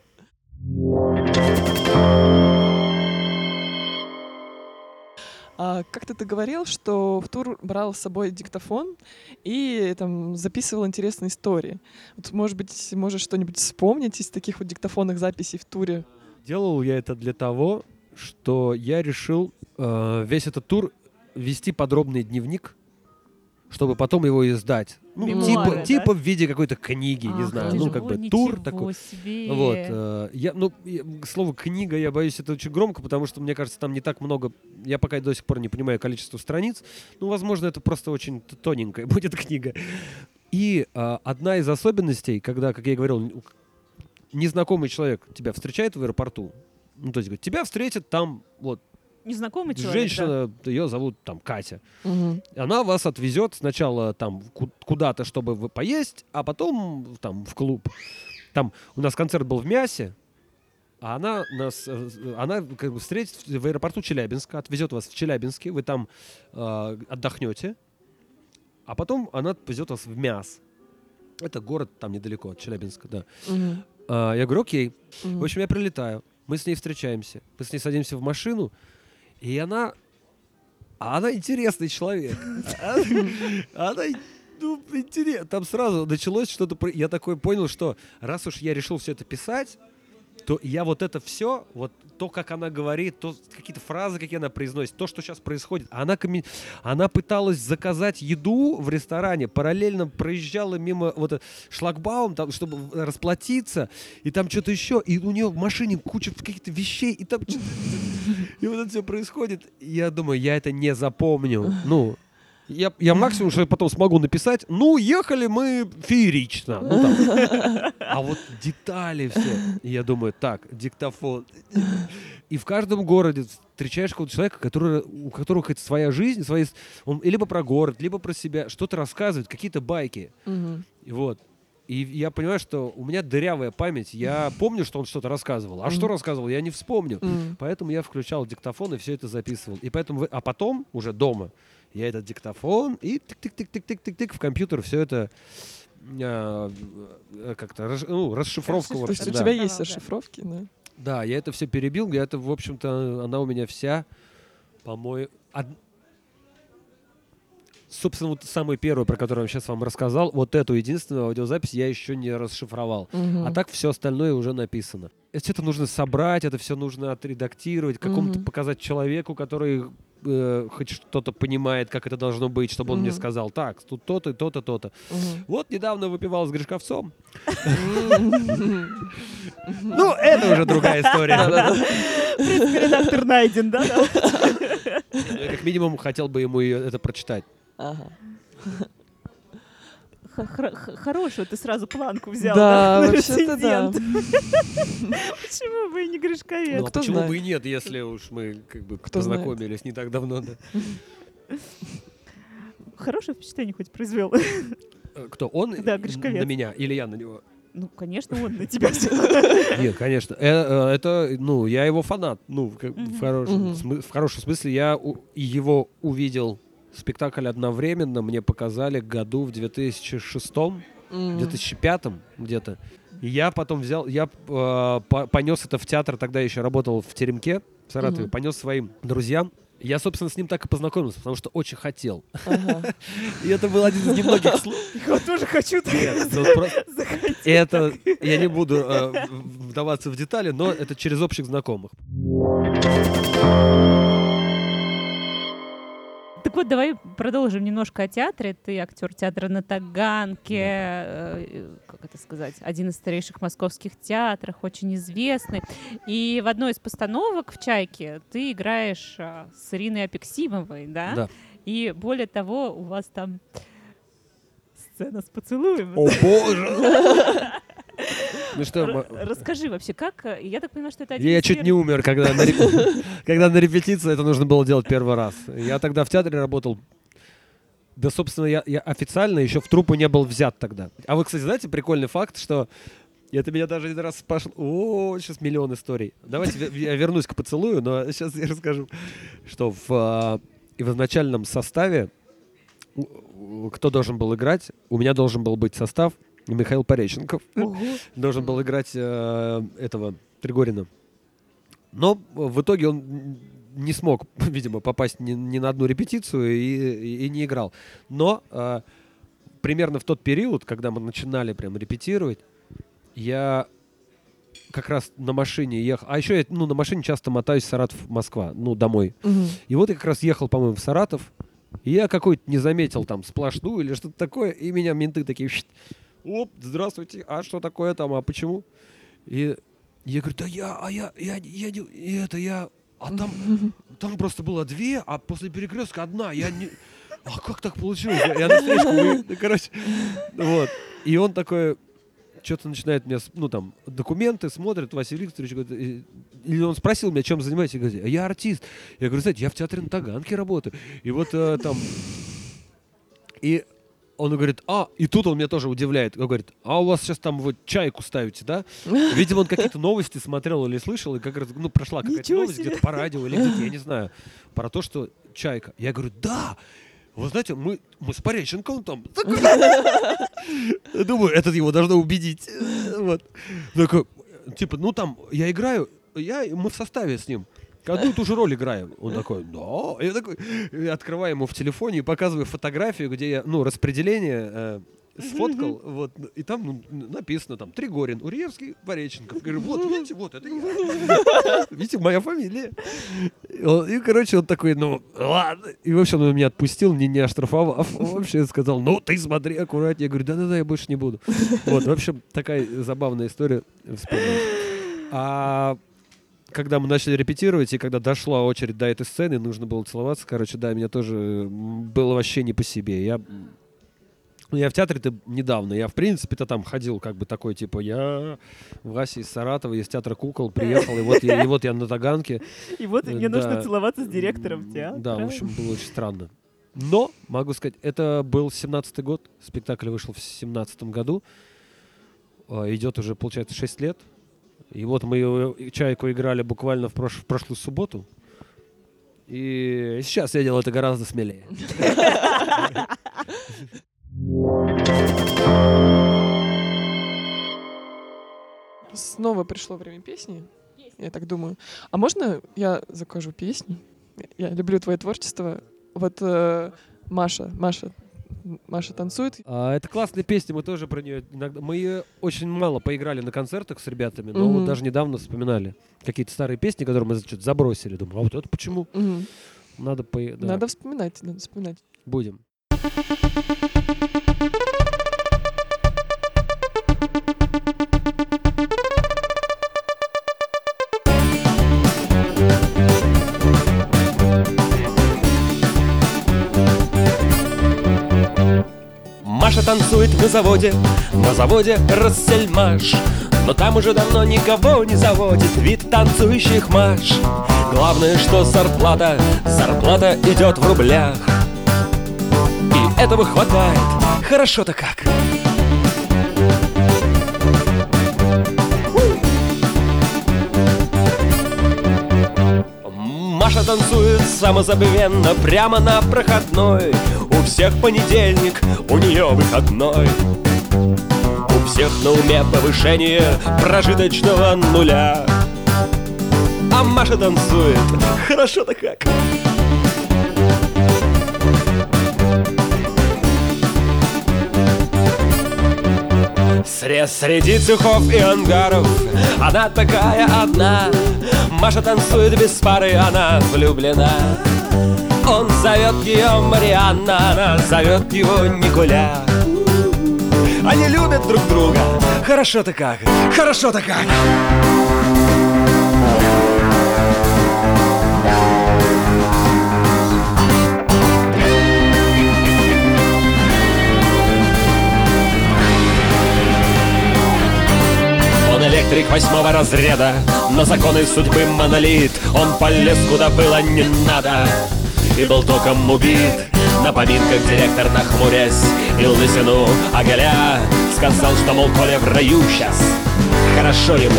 А как-то ты говорил, что в тур брал с собой диктофон и там записывал интересные истории. Вот, может быть, можешь что-нибудь вспомнить из таких вот диктофонных записей в туре? Делал я это для того, что я решил э, весь этот тур вести подробный дневник, чтобы потом его издать. Ну, Мемуары, типа, да? типа в виде какой-то книги, не Ах, знаю, ты ну же, как о, бы тур ничего такой. себе. Вот, э, я, ну, я- слово книга, я боюсь, это очень громко, потому что, мне кажется, там не так много, я пока до сих пор не понимаю количество страниц, ну, возможно, это просто очень т- тоненькая будет книга. И э, одна из особенностей, когда, как я и говорил, незнакомый человек тебя встречает в аэропорту, ну, то есть, говорит, тебя встретит там, вот, Незнакомый человек, женщина, ее зовут там Катя. Мгм. Она вас отвезет сначала там ку- куда-то, чтобы вы поесть, а потом там в клуб. Там у нас концерт был в Мясе, а она нас, э, она как бы встретит в в аэропорту Челябинска, отвезет вас в Челябинске, вы там э, отдохнете, а потом она отвезет вас в Мяс. Это город там недалеко от Челябинска, да. Мгм. А, я говорю, окей. Мгм. В общем, я прилетаю, мы с ней встречаемся, мы с ней садимся в машину, и она... А она интересный человек. Она, ну, интересно. Там сразу началось что-то... про- Я такой понял, что раз уж я решил все это писать, то я вот это все, вот то, как она говорит, то какие-то фразы, какие она произносит, то, что сейчас происходит. Она, коммен- она пыталась заказать еду в ресторане, параллельно проезжала мимо вот этот шлагбаум, там, чтобы расплатиться, и там что-то еще, и у нее в машине куча каких-то вещей, и там что-то... И вот это все происходит. И я думаю, я это не запомню. Ну, я, я максимум, что я потом смогу написать, ну, ехали мы феерично. Ну, там. А вот детали все. И я думаю, так, диктофон. И в каждом городе встречаешь какого-то человека, который, у которого какая-то своя жизнь, свои, он либо про город, либо про себя, что-то рассказывает, какие-то байки. Мгм. И вот. И я понимаю, что у меня дырявая память. Я помню, что он что-то рассказывал. А что Мгм. рассказывал, я не вспомню. Мгм. Поэтому я включал диктофон и все это записывал. И поэтому, вы- а потом уже дома я этот диктофон и тык-тык-тык-тык-тык-тык в компьютер все это а, э, как-то рас- ну, расшифровка. То есть вообще, у да. тебя есть Да. расшифровки, да? Да, я это все перебил. Я это, в общем-то, она у меня вся, по-моему, од- собственно, вот самую первую, про которую я сейчас вам рассказал, вот эту единственную аудиозапись я еще не расшифровал. Мгм. А так все остальное уже написано. Это все нужно собрать, это все нужно отредактировать, какому-то Мгм. показать человеку, который э, хоть что-то понимает, как это должно быть, чтобы он мне Мгм. сказал, так, тут то-то, и то-то, то-то. Мгм. Вот недавно выпивал с Гришковцом. Мгм. Ну, это уже другая история. В принципе, редактор найден, да? да? Я как минимум хотел бы ему её это прочитать. Ага. Х- хр- х- Хорошую ты сразу планку взял, Да, да? вообще-то да. Рецензент. Почему бы и не Гришковец? Ну, а кто почему знает? бы и нет, если уж мы как бы Кто знает? познакомились не так давно. Да. Хорошее впечатление хоть произвел. Э, Кто, он Да, н- Гришковец. на меня или я на него? Ну, конечно, он на тебя все. Нет, конечно. Э, э, Это, ну, я его фанат. Ну, в, как- в хорошем, Мгм. смы- в хорошем смысле. Я у- его увидел спектакль одновременно. Мне показали году в две тысячи шестом, М. две тысячи пятом где-то. И я потом взял, я э, по- понес это в театр, тогда еще работал в Теремке, в Саратове, Мгм. понес своим друзьям. Я, собственно, с ним так и познакомился, потому что очень хотел. Ага. И это был один из немногих случаев. Я тоже хочу Нет, ну, просто- Это, я не буду э, в- вдаваться в детали, но это через общих знакомых. Так вот, давай продолжим немножко о театре. Ты актер театра на Таганке, э, как это сказать, один из старейших московских театров, очень известный. И в одной из постановок в «Чайке» ты играешь а, с Ириной Апексимовой, да? Да. И более того, у вас там сцена с поцелуем. О боже! Ну что, Р- ма- Расскажи вообще, как... э, Я так понимаю, что это один я из чуть не первых- умер, когда на, реп- когда на репетиции это нужно было делать первый раз. Я тогда в театре работал. Да, собственно, я, я официально еще в труппу не был взят тогда. А вы, кстати, знаете прикольный факт, что это меня даже один раз спошло. О, сейчас миллион историй. Давайте ве- я вернусь к поцелую, но сейчас я расскажу, что в, а, и в изначальном составе у- у- кто должен был играть, у меня должен был быть состав Михаил Пореченков. Ого. Должен был играть э, этого Тригорина. Но в итоге он не смог, видимо, попасть ни, ни на одну репетицию и, и- и не играл. Но э, примерно в тот период, когда мы начинали прям репетировать, я как раз на машине ехал. А еще я ну, на машине часто мотаюсь Саратов-Москва, ну, домой. Мгм. И вот я как раз ехал, по-моему, в Саратов, и я какой-то не заметил там сплошную или что-то такое, и меня менты такие, «Щит, оп, здравствуйте, а что такое там, а почему?» И я говорю, да я, а я, я, я, не- и это я, а там, там просто было две, а после перекрестка одна, я не, а как так получилось? Я, я на встречку, вы- ну, короче, вот. И он такой, что-то начинает мне, с- ну там, документы смотрит, Василий Викторович, говорит, и- или он спросил меня, чем занимаетесь, я говорю, я артист. Я говорю, знаете, я в театре на Таганке работаю. И вот э, там, и он говорит, а, и тут он меня тоже удивляет, он говорит, а у вас сейчас там вот «Чайку» ставите, да? Видимо, он какие-то новости смотрел или слышал, и как раз, ну, прошла какая-то Ничего новость себе. где-то по радио или где-то, я не знаю, про то, что «Чайка». Я говорю, да, вы знаете, мы, мы с Пореченковым там. Думаю, это его должно убедить. Вот. Такой, типа, ну там, я играю, я, мы в составе с ним. Одну и ту же роль играем. Он такой, да. Я такой, я открываю ему в телефоне и показываю фотографию, где я, ну, распределение э, сфоткал, вот, и там ну, написано, там, Тригорин, Урьевский, Пореченков. Я говорю, вот, видите, вот, это я. Видите, моя фамилия. И, он- и, короче, он такой, ну, ладно. И, в общем, он меня отпустил, не, не оштрафовав. Вообще сказал, ну, ты смотри аккуратнее. Я говорю, да-да-да, я больше не буду. Вот, в общем, такая забавная история вспомнилась. А когда мы начали репетировать, и когда дошла очередь до этой сцены, нужно было целоваться, короче, да, меня тоже м, было вообще не по себе. Я, ну, я в театре-то недавно, я в принципе-то там ходил, как бы такой, типа, я Вася из Саратова, из театра кукол, приехал, и вот я, и вот я на Таганке. И вот мне Да. нужно целоваться с директором театра. Да, в общем, было очень странно. Но, могу сказать, это был семнадцатый год, спектакль вышел в семнадцатом году, А, идет уже, получается, шесть лет. И вот мы его, «Чайку» играли буквально в, прош- в прошлую субботу. И сейчас я делаю это гораздо смелее. Снова пришло время песни, я так думаю. А можно я закажу песню? Я люблю твое творчество. Вот э, Маша, Маша, Маша танцует. А, это классная песня, мы тоже про нее иногда... Мы ее очень мало поиграли на концертах с ребятами, но Мгм. вот даже недавно вспоминали какие-то старые песни, которые мы что-то забросили. Думаю, а вот это почему? Мгм. Надо по... да, Надо вспоминать, надо вспоминать. Будем. Маша танцует на заводе, на заводе Россельмаш. Но там уже давно никого не заводит вид танцующих Маш. Главное, что зарплата, зарплата идет в рублях. И этого хватает, хорошо-то как. самозабвенно прямо на проходной. У всех понедельник, у нее выходной. У всех на уме повышение прожиточного нуля. А Маша танцует, хорошо-то как. Срез среди цехов и ангаров она такая одна. Маша танцует без пары, она влюблена. Он зовет ее Марианна, она зовет его Николя. Они любят друг друга, хорошо-то как, хорошо-то как. Электрик восьмого разряда, но законы судьбы монолит. Он полез куда было не надо и был током убит. На поминках директор, нахмурясь и лысину оголя, сказал, что, мол, Коля в раю сейчас, хорошо ему.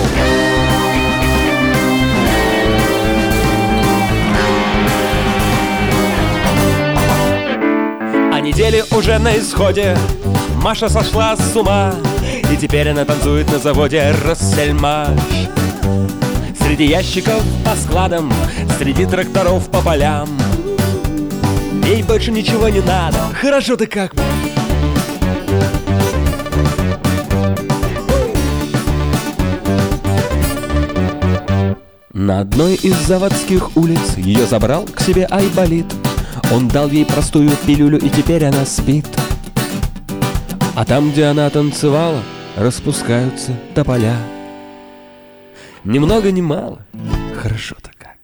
А недели уже на исходе, Маша сошла с ума, и теперь она танцует на заводе Россельмаш. Среди ящиков по складам, среди тракторов по полям. Ей больше ничего не надо, хорошо-то как. На одной из заводских улиц ее забрал к себе Айболит. Он дал ей простую пилюлю, и теперь она спит. А там, где она танцевала, распускаются тополя. Ни много ни мало, хорошо-то как.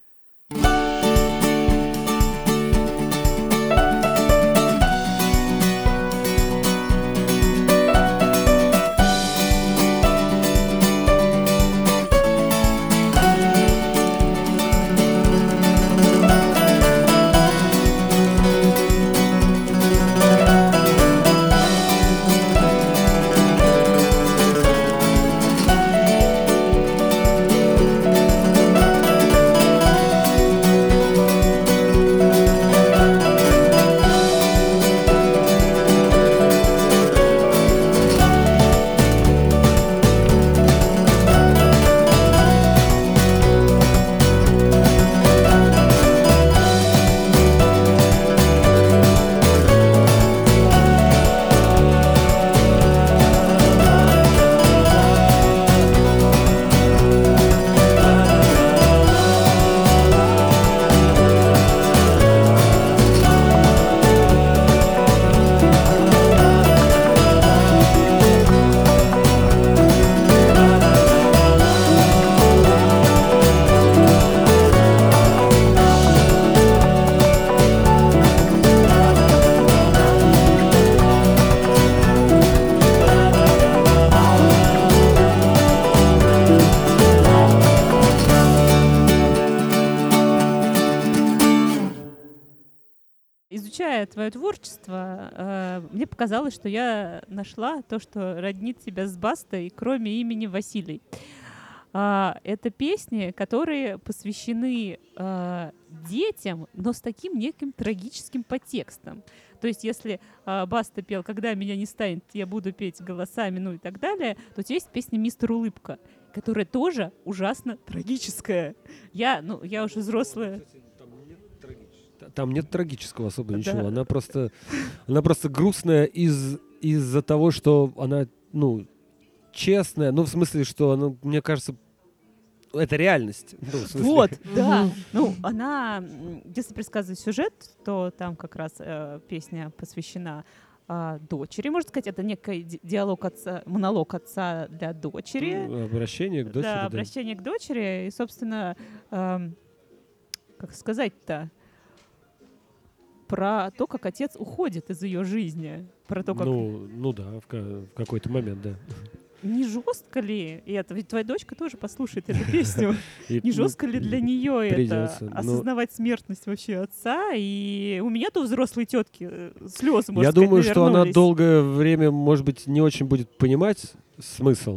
Изучая твое творчество, э, мне показалось, что я нашла то, что роднит тебя с Бастой, кроме имени Василий. А, это песни, которые посвящены э, детям, но с таким неким трагическим подтекстом. То есть если э, Баста пел «Когда меня не станет, я буду петь голосами», ну и так далее, то у тебя есть песня «Мистер Улыбка», которая тоже ужасно трагическая. Я, ну, я уже взрослая. Там нет трагического особо Да. ничего. Она просто, она просто грустная из, из-за того, что она, ну, честная. Ну, в смысле, что она, мне кажется, это реальность. Ну, в смысле. Вот, да. Ну, она, м, если пересказывать сюжет, то там как раз э, песня посвящена э, дочери, можно сказать. Это некий ди- диалог отца, монолог отца для дочери. Ну, обращение к дочери. Да, да. обращение к дочери. И, собственно, эм, как сказать-то, про то, как отец уходит из ее жизни. Про то, как Ну, ну да, в, ка- в какой-то момент, да. не жестко ли это? Ведь твоя дочка тоже послушает эту песню. И, Не ну, жестко ли для нее это придется, но- осознавать смертность вообще отца? И у меня-то у взрослой тетки слезы, можно Я сказать, думаю, что она навернулись. долгое время, может быть, не очень будет понимать смысл,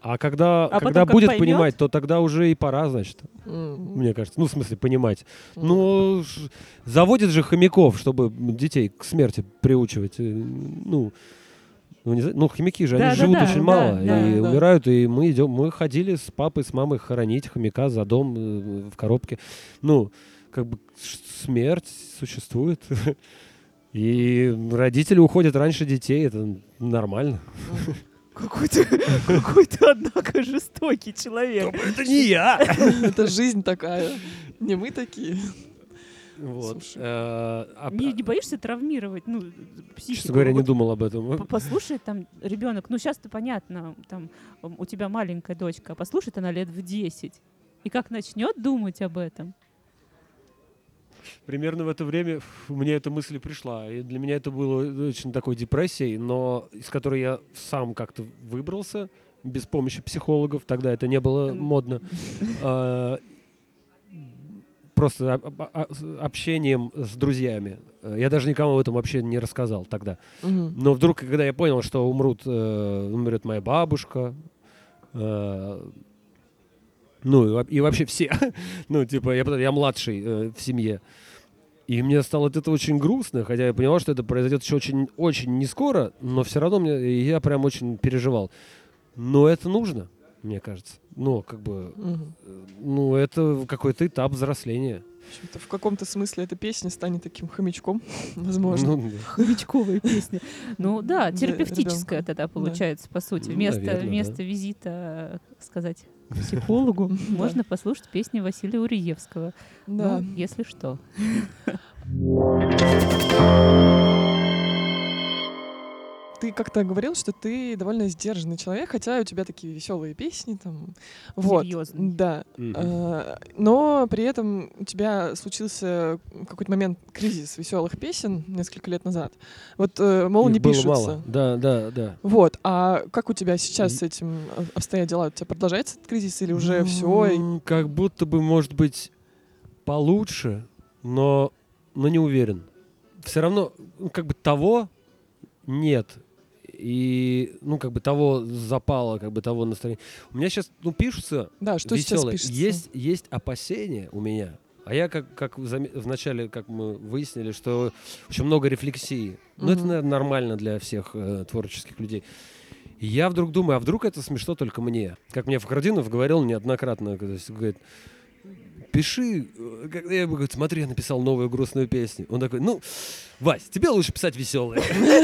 А когда, А когда потом, как будет поймет? понимать, то тогда уже и пора, значит, М. мне кажется. Ну, в смысле, понимать. Мгм. Ну, ш- заводят же хомяков, чтобы детей к смерти приучивать. э, Ну, ну, не знаю, ну, хомяки же, они Да, да, живут да, очень да, мало да, и да. умирают. И мы идем, мы ходили с папой, с мамой хоронить хомяка за дом э, в коробке. Ну, как бы ш- смерть существует. И родители уходят раньше детей, это нормально. Какой ты, какой ты, однако, жестокий человек. Это не я! Это жизнь такая. Не мы такие. Вот. Слушай. Э, а- Не, не боишься травмировать, ну, психику? Честно говоря, не Вот думал об этом. п- Послушай, там, ребенок, ну, сейчас-то понятно, там, м, у тебя маленькая дочка, а послушает она лет в десять. И как начнет думать об этом? Примерно в это время ф, мне эта мысль и пришла. И для меня это было очень такой депрессией, но из которой я сам как-то выбрался без помощи психологов. Тогда это не было М. модно. А, Просто об- об- а- с- общением с друзьями. Э, Я даже никому об этом вообще не рассказал тогда. Мгм. Но вдруг, когда я понял, что умрут, э, умрет моя бабушка, э, ну и, во- и вообще все, ну типа я, потом- я младший э, в семье, и мне стало от этого очень грустно, хотя я понимал, что это произойдет еще очень, очень не скоро, но все равно мне, и я прям очень переживал. Но это нужно, мне кажется. Ну, как бы, Мгм. э, ну, это какой-то этап взросления. В общем-то, в каком-то смысле эта песня станет таким хомячком, возможно. Ну, Хомячковая песня. Ну да, Для терапевтическая ребёнка. тогда получается, по сути. Ну, Вместо, наверно, да. вместо визита, так сказать, к психологу можно послушать песни Василия Уриевского. Да. Ну, если что. Ты как-то говорил, что ты довольно сдержанный человек, хотя у тебя такие веселые песни там. Вот. Серьёзные. Да. Мгм. А, Но при этом у тебя случился в какой-то момент кризис веселых песен несколько лет назад. Вот, э, мол, их не было пишутся. мало. Да, да, да. Вот. А как у тебя сейчас И- с этим а, обстоят дела? У тебя продолжается этот кризис или уже все? М, Как будто бы, может быть, получше, но, но не уверен. Все равно, ну, как бы того нет. И, ну, как бы того запала, как бы того настроения. У меня сейчас, ну, пишутся Да, что сейчас веселые. пишется? Есть, есть опасения у меня. А я, как, как заме- вначале, как мы выяснили, что очень много рефлексии. Ну, это, Мгм. наверное, нормально для всех э, творческих людей. И я вдруг думаю, а вдруг это смешно только мне? Как мне Фахрудинов говорил неоднократно, то есть, говорит, пиши, э, когда я ему говорю, смотри, я написал новую грустную песню. Он такой, ну, Вась, тебе лучше писать веселые.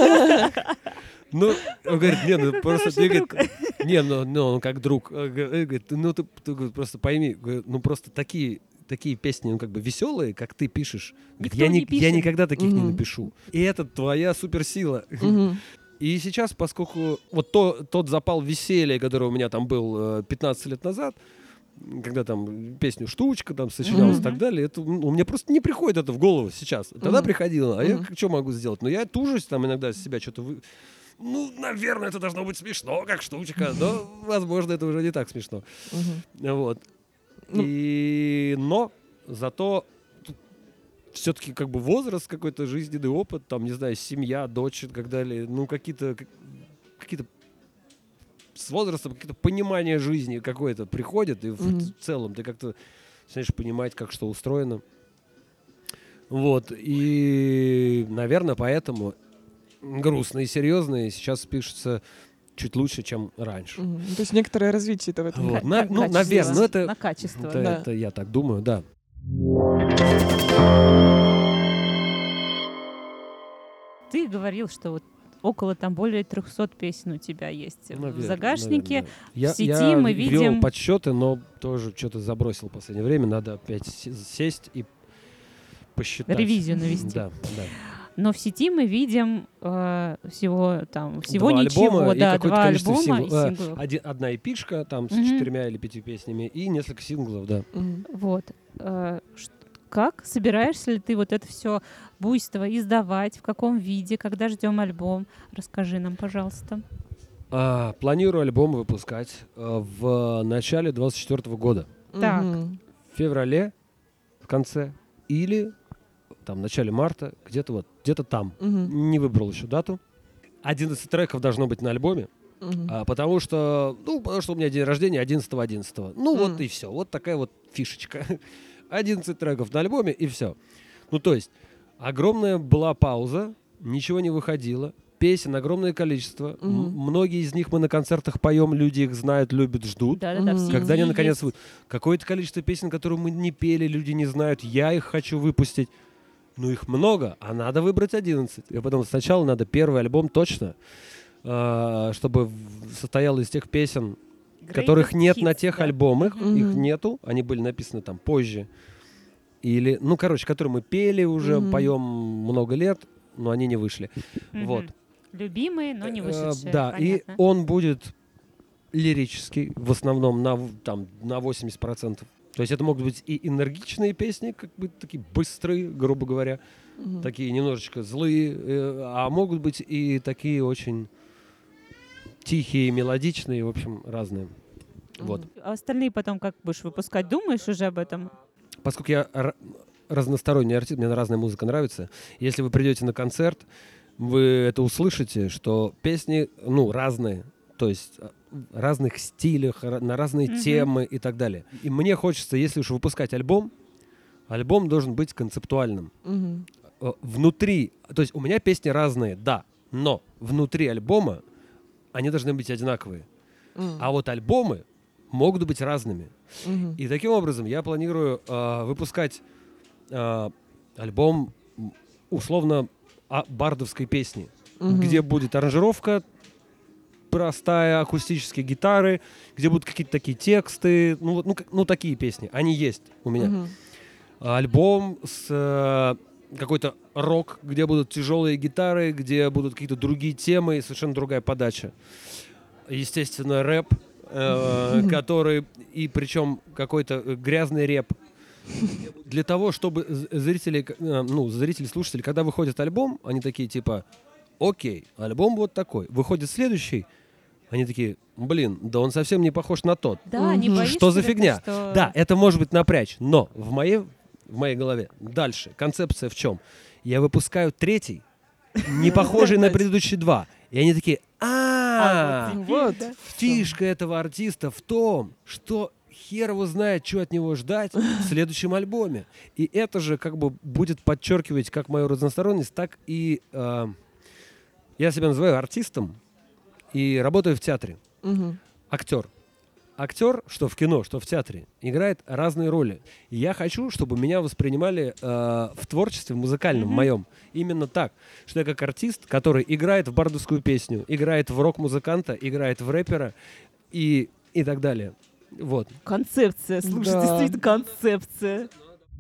Ну, он говорит, не, ну просто ты, говорит, не, ну, ну, он как друг, Он говорит, ну ты, ты, говорит, просто пойми, говорит, ну просто такие такие песни, ну как бы веселые, как ты пишешь, говорит, Никто я, не ни- пишет. я никогда таких не Мгм. напишу. И это твоя суперсила. Мгм. И сейчас, поскольку вот то, тот запал веселья, который у меня там был э, пятнадцать лет назад, когда там песню «Штучка» там сочинялась Мгм. и так далее, это, ну, у меня просто не приходит это в голову сейчас. Тогда Мгм. приходило, а я Мгм. что могу сделать? Ну, я тужусь там иногда с себя что-то... Вы... Ну, наверное, это должно быть смешно, как «Штучка», но, возможно, это уже не так смешно. Мгм. Вот. Ну- И... Но зато все-таки как бы возраст, какой-то жизненный опыт, там, не знаю, семья, дочь и так далее, ну, какие-то как- какие-то с возрастом какое-то понимание жизни какое-то приходит, и в Мгм. целом ты как-то начинаешь понимать, как что устроено. Вот, и, наверное, поэтому грустные и серьезные сейчас пишутся чуть лучше, чем раньше. Мгм. То есть некоторое развитие это в этом. Вот. Ка- На- ка- ну, качество. наверное, ну, это- На качество. Это, да. это я так думаю, да. Ты говорил, что вот около там более трехсот песен у тебя есть в Наверно, загашнике. наверно, да. Я, сети я мы вел видим- подсчеты, но тоже что-то забросил в последнее время. Надо опять се- сесть и посчитать. Ревизию навести. Да, да. Но в сети мы видим э, всего там всего Два ничего, альбома и да, какое-то два количество альбома сингл- и э, синглов. Один- одна эпишка там с Мгм. четырьмя или пятью песнями и несколько синглов, да. Мгм. Вот. Э, ш- Как собираешься ли ты вот это все буйство издавать? В каком виде? Когда ждем альбом? Расскажи нам, пожалуйста. А, планирую альбом выпускать э, в начале двадцать четвёртого года. Так. Мгм. В феврале, в конце, или там в начале марта, где-то вот, где-то там. Мгм. Не выбрал еще дату. одиннадцать треков должно быть на альбоме. Мгм. А, потому что, ну, потому что у меня день рождения одиннадцатого одиннадцатого. Ну, Мгм. вот и все. Вот такая вот фишечка. одиннадцать треков на альбоме, и все. Ну, то есть, огромная была пауза, ничего не выходило, песен огромное количество. М- Мгм. многие из них мы на концертах поем, люди их знают, любят, ждут. Да-да-да, Мгм. в Когда они сети наконец есть. вы... Какое-то количество песен, которые мы не пели, люди не знают, я их хочу выпустить. Ну, их много, а надо выбрать одиннадцать. И потом сначала надо первый альбом точно, а, чтобы в- состоял из тех песен, которых Greatest нет на hits, тех да. альбомах, Мгм. их нету, они были написаны там позже. Или, ну, короче, которые мы пели уже, Мгм. поем много лет, но они не вышли. Мгм. Вот. Любимые, но не Э, вышедшие. Да, и понятно. он будет лирический, в основном на, в- там, на восемьдесят процентов. То есть это могут быть и энергичные песни, как бы такие быстрые, грубо говоря, Мгм. такие немножечко злые, э, а могут быть и такие очень тихие, мелодичные, в общем, разные. Вот. А остальные потом как будешь выпускать? Думаешь уже об этом? Поскольку я р- разносторонний артист, мне разная музыка нравится, если вы придете на концерт, вы это услышите, что песни, ну, разные, то есть э, в разных стилях, ра- на разные Мгм. темы и так далее. И мне хочется, если уж выпускать альбом, альбом должен быть концептуальным. Мгм. Э, Внутри, то есть у меня песни разные, да, но внутри альбома они должны быть одинаковые. Мгм. А вот альбомы могут быть разными. Мгм. И таким образом я планирую э, выпускать э, альбом м, условно о бардовской песни, Мгм. где будет аранжировка простая, акустические гитары, где будут какие-то такие тексты, ну, вот, ну, как- ну такие песни, они есть у меня. Мгм. Альбом с э, какой-то рок, где будут тяжелые гитары, где будут какие-то другие темы и совершенно другая подача. Естественно, рэп, э, который, и причем какой-то э, грязный рэп. Для того, чтобы з- зрители, к- э, ну, зрители, слушатели, когда выходит альбом, они такие типа, окей, альбом вот такой. Выходит следующий, они такие, блин, да он совсем не похож на тот. Да, не Мгм. боишься Что за ли ты, фигня? что- Да, это может быть напрячь, но в моей, в моей голове дальше концепция в чем? Я выпускаю третий, не похожий на предыдущие два. И они такие, А, а вот Вот. теперь, да. фишка этого артиста в том, что хер его знает, что от него ждать в следующем альбоме. И это же как бы будет подчеркивать как мою разносторонность, так и э, я себя называю артистом и работаю в театре. Мгм. Актер. Актер, что в кино, что в театре, играет разные роли. И я хочу, чтобы меня воспринимали э, в творчестве музыкальном Мгм. моем именно так, что я как артист, который играет в бардовскую песню, играет в рок-музыканта, играет в рэпера и, и так далее. Вот. Концепция, слушай, Да. действительно концепция.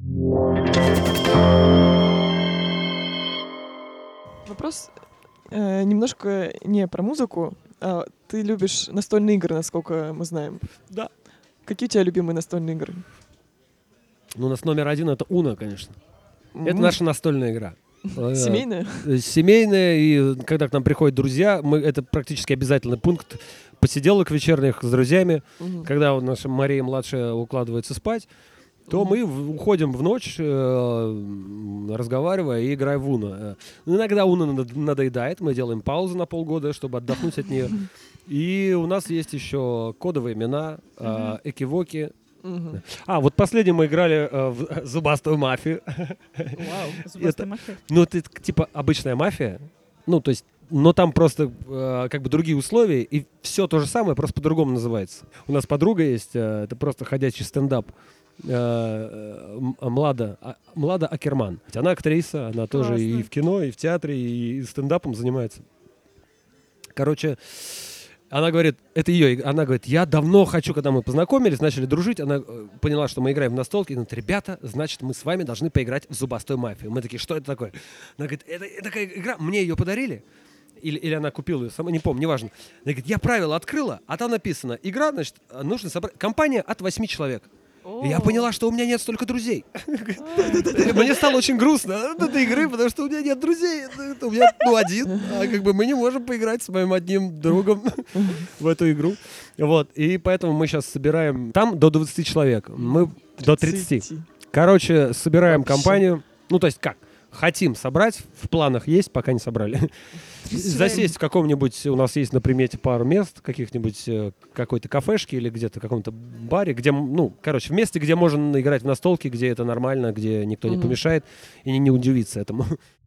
Вопрос э, немножко не про музыку. А ты любишь настольные игры, насколько мы знаем. Да. Какие у тебя любимые настольные игры? Ну, у нас номер один — это Уно, конечно. Это М, наша настольная игра. Э, Семейная? э, Семейная, и когда к нам приходят друзья, мы, это практически обязательный пункт посиделок вечерних с друзьями. Мгм. Когда у наша Мария младшая укладывается спать, то Мгм. мы в- уходим в ночь, э, м, разговаривая и играя в Уно. Э, Иногда Уно над- надоедает, мы делаем паузу на полгода, чтобы отдохнуть от нее. И у нас есть еще кодовые имена, э, экивоки. Мгм. А, вот последним мы играли э, в зубастую мафию. Вау, зубастая Это- мафия. Ну, это типа обычная мафия. Ну, то есть, но там просто э, как бы другие условия, и все то же самое, просто по-другому называется. У нас подруга есть, э, это просто ходячий стендап. э, э, М- Млада, А- Млада Акерман. Она актриса, она тоже и Классно. в кино, и в театре, и стендапом занимается. Короче, она говорит, это ее, иг- она говорит, я давно хочу, когда мы познакомились, начали дружить, она э, поняла, что мы играем в настолки, и говорит, ребята, значит, мы с вами должны поиграть в зубастую мафию. Мы такие, что это такое? Она говорит, это, это такая игра, мне ее подарили. Или, или она купила ее сама, не помню, неважно. Она говорит, я правила открыла, а там написано, игра, значит, нужно собрать, компания от восьми человек. И я О. поняла, что у меня нет столько друзей. Мне стало очень грустно от этой игры, потому что у меня нет друзей. Это У меня, ну, один. А как бы мы не можем поиграть с моим одним другом в эту игру. Вот. И поэтому мы сейчас собираем там до двадцати человек. Мы до тридцати. Короче, собираем Вообще. компанию. Ну, то есть как? хотим собрать, в планах есть, пока не собрали. Засесть в каком-нибудь, у нас есть на примете пару мест, каких-нибудь э, какой-то кафешки или где-то в каком-то баре, где, м, ну, короче, в месте, где можно играть в настолки, где это нормально, где никто не Мгм. помешает и не, не удивится этому.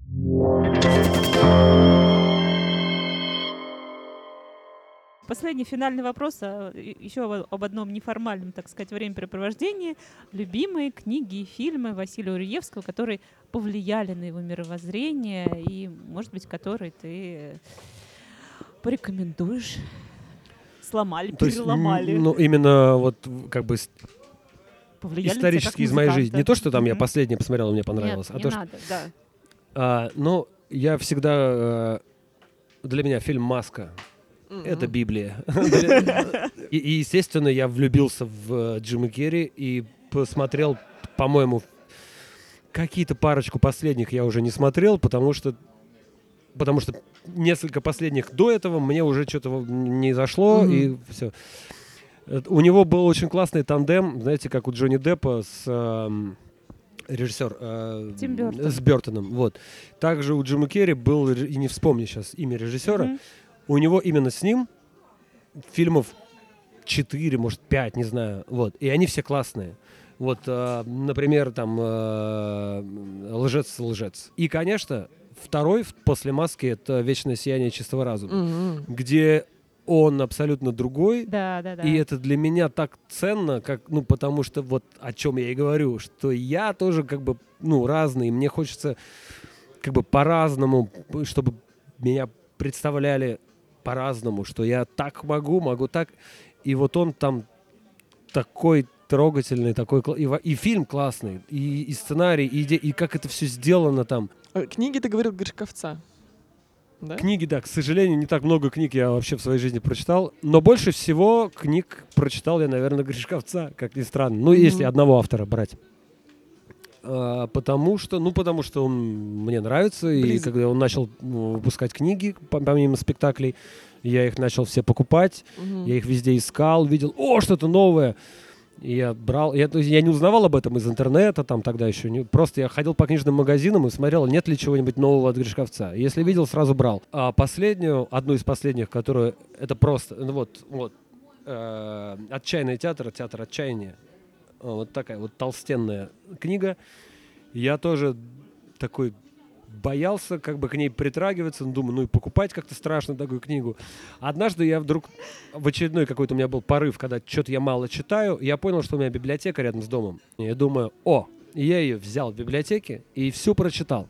Последний финальный вопрос а, и- еще об об одном неформальном, так сказать, времяпрепровождении. Любимые книги и фильмы Василия Уриевского, которые повлияли на его мировоззрение и, может быть, которые ты порекомендуешь? Сломали, То есть, переломали. м, ну, именно вот в- как бы с- повлияли на тебя как исторически из моей жизни. музыканта. Не то, что там я Мгм. последнее посмотрел, и мне понравилось, Нет, а не то, что... надо. Да. а, ну, я всегда... э, для меня фильм «Маска» Мгм. это Библия. Для- И, и, естественно, я влюбился в э, Джима Керри и посмотрел, по-моему, какие-то парочку последних я уже не смотрел, потому что потому что несколько последних до этого мне уже что-то не зашло, Мгм. и все. У него был очень классный тандем, знаете, как у Джонни Деппа с эм, режиссер э, Тим Бёртон. с Бёртоном. Вот. Также у Джима Керри был, ре- и не вспомню сейчас имя режиссера, Мгм. у него именно с ним фильмов четыре, может, пять, не знаю. Вот. И они все классные. Вот, э, например, там э, «Лжец-лжец». И, конечно, второй в- после «Маски» — это «Вечное сияние чистого разума», Мгм. где он абсолютно другой. Да, да, да. И это для меня так ценно, как, ну, потому что вот о чем я и говорю, что я тоже как бы, ну, разный, мне хочется как бы по-разному, чтобы меня представляли по-разному, что я так могу, могу так. И вот он там такой трогательный, такой кла- и, во- и фильм классный, и, и сценарий, и, иде- и как это все сделано там. Э, Книги, ты говорил, Гришковца. Да? Книги, да, к сожалению, не так много книг я вообще в своей жизни прочитал, но больше всего книг прочитал я, наверное, Гришковца, как ни странно. Ну, Мгм. если одного автора брать. А, потому что, ну, потому что он мне нравится, и Близок. когда он начал ну, выпускать книги, по- помимо спектаклей, я их начал все покупать, Мгм. я их везде искал, видел, о, что-то новое. И я брал, я, то есть я не узнавал об этом из интернета, там тогда еще, не, просто я ходил по книжным магазинам и смотрел, нет ли чего-нибудь нового от Гришковца. Если видел, сразу брал. А последнюю, одну из последних, которую, это просто, ну вот, вот, э, «Отчаянный театр», «Театр отчаяния», вот такая вот толстенная книга. Я тоже такой боялся как бы к ней притрагиваться, но думаю, ну и покупать как-то страшно такую книгу. Однажды я вдруг, в очередной какой-то у меня был порыв, когда что-то я мало читаю, я понял, что у меня библиотека рядом с домом. И я думаю, о, и я ее взял в библиотеке и всю прочитал.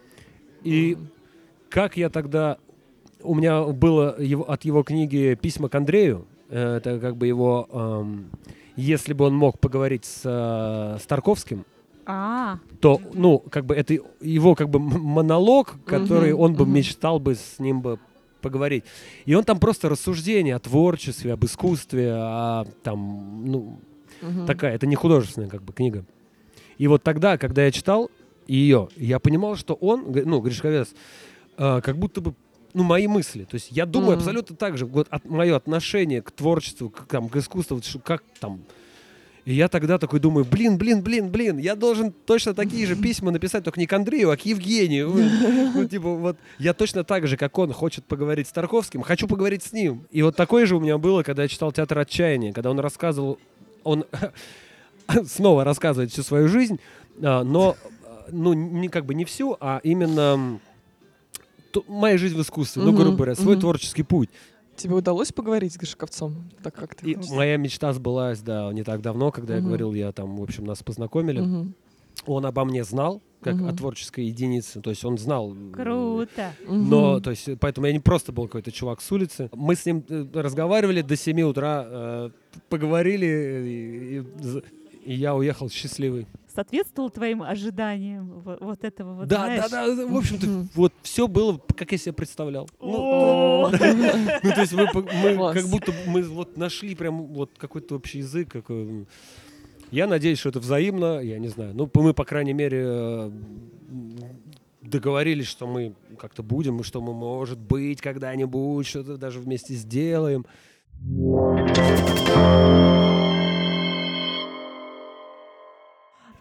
И как я тогда... У меня было его, от его книги «Письма к Андрею», э, это как бы его... эм, если бы он мог поговорить с, э, с Тарковским, А, то, ну, как бы это его как бы м- монолог, который Мгм, он бы мгм. мечтал бы с ним бы поговорить. И он там просто рассуждения о творчестве, об искусстве, о там, ну, Мгм. такая, это не художественная как бы книга. И вот тогда, когда я читал ее, я понимал, что он, г- ну, Гришковец, э, как будто бы, ну, мои мысли. То есть я думаю Мгм. абсолютно так же, вот от, мое отношение к творчеству, к, там, к искусству, вот что- как там. И я тогда такой думаю, блин, блин, блин, блин, я должен точно такие же письма написать, только не к Андрею, а к Евгению. Ну, типа, вот я точно так же, как он хочет поговорить с Тарковским, хочу поговорить с ним. И вот такое же у меня было, когда я читал «Театр отчаяния», когда он рассказывал, он снова рассказывает всю свою жизнь, а, но, а, ну, не как бы не всю, а именно м, ту- моя жизнь в искусстве, ну, Мгм, грубо говоря, свой мгм. творческий путь. Тебе удалось поговорить с Гришковцом? Так как ты И хочешь? моя мечта сбылась, да, не так давно, когда я Мгм. говорил, я там, в общем, нас познакомили. Мгм. Он обо мне знал, как Мгм. о творческой единице, то есть он знал. э, круто. Но, Мгм. то есть, поэтому я не просто был какой-то чувак с улицы. Мы с ним э, разговаривали до семи утра, э, поговорили, и, и з- и я уехал счастливый. Соответствовал твоим ожиданиям во- вот этого вот, Да, знаешь? да, да, в общем-то, Мгм. вот все было, как я себе представлял. Ну, О. ну, то есть мы, по- мы Класс. как будто мы вот нашли прям вот какой-то общий язык. Какой... Я надеюсь, что это взаимно, я не знаю. Ну, мы, по крайней мере, э, договорились, что мы как-то будем, и что мы, может быть, когда-нибудь что-то даже вместе сделаем.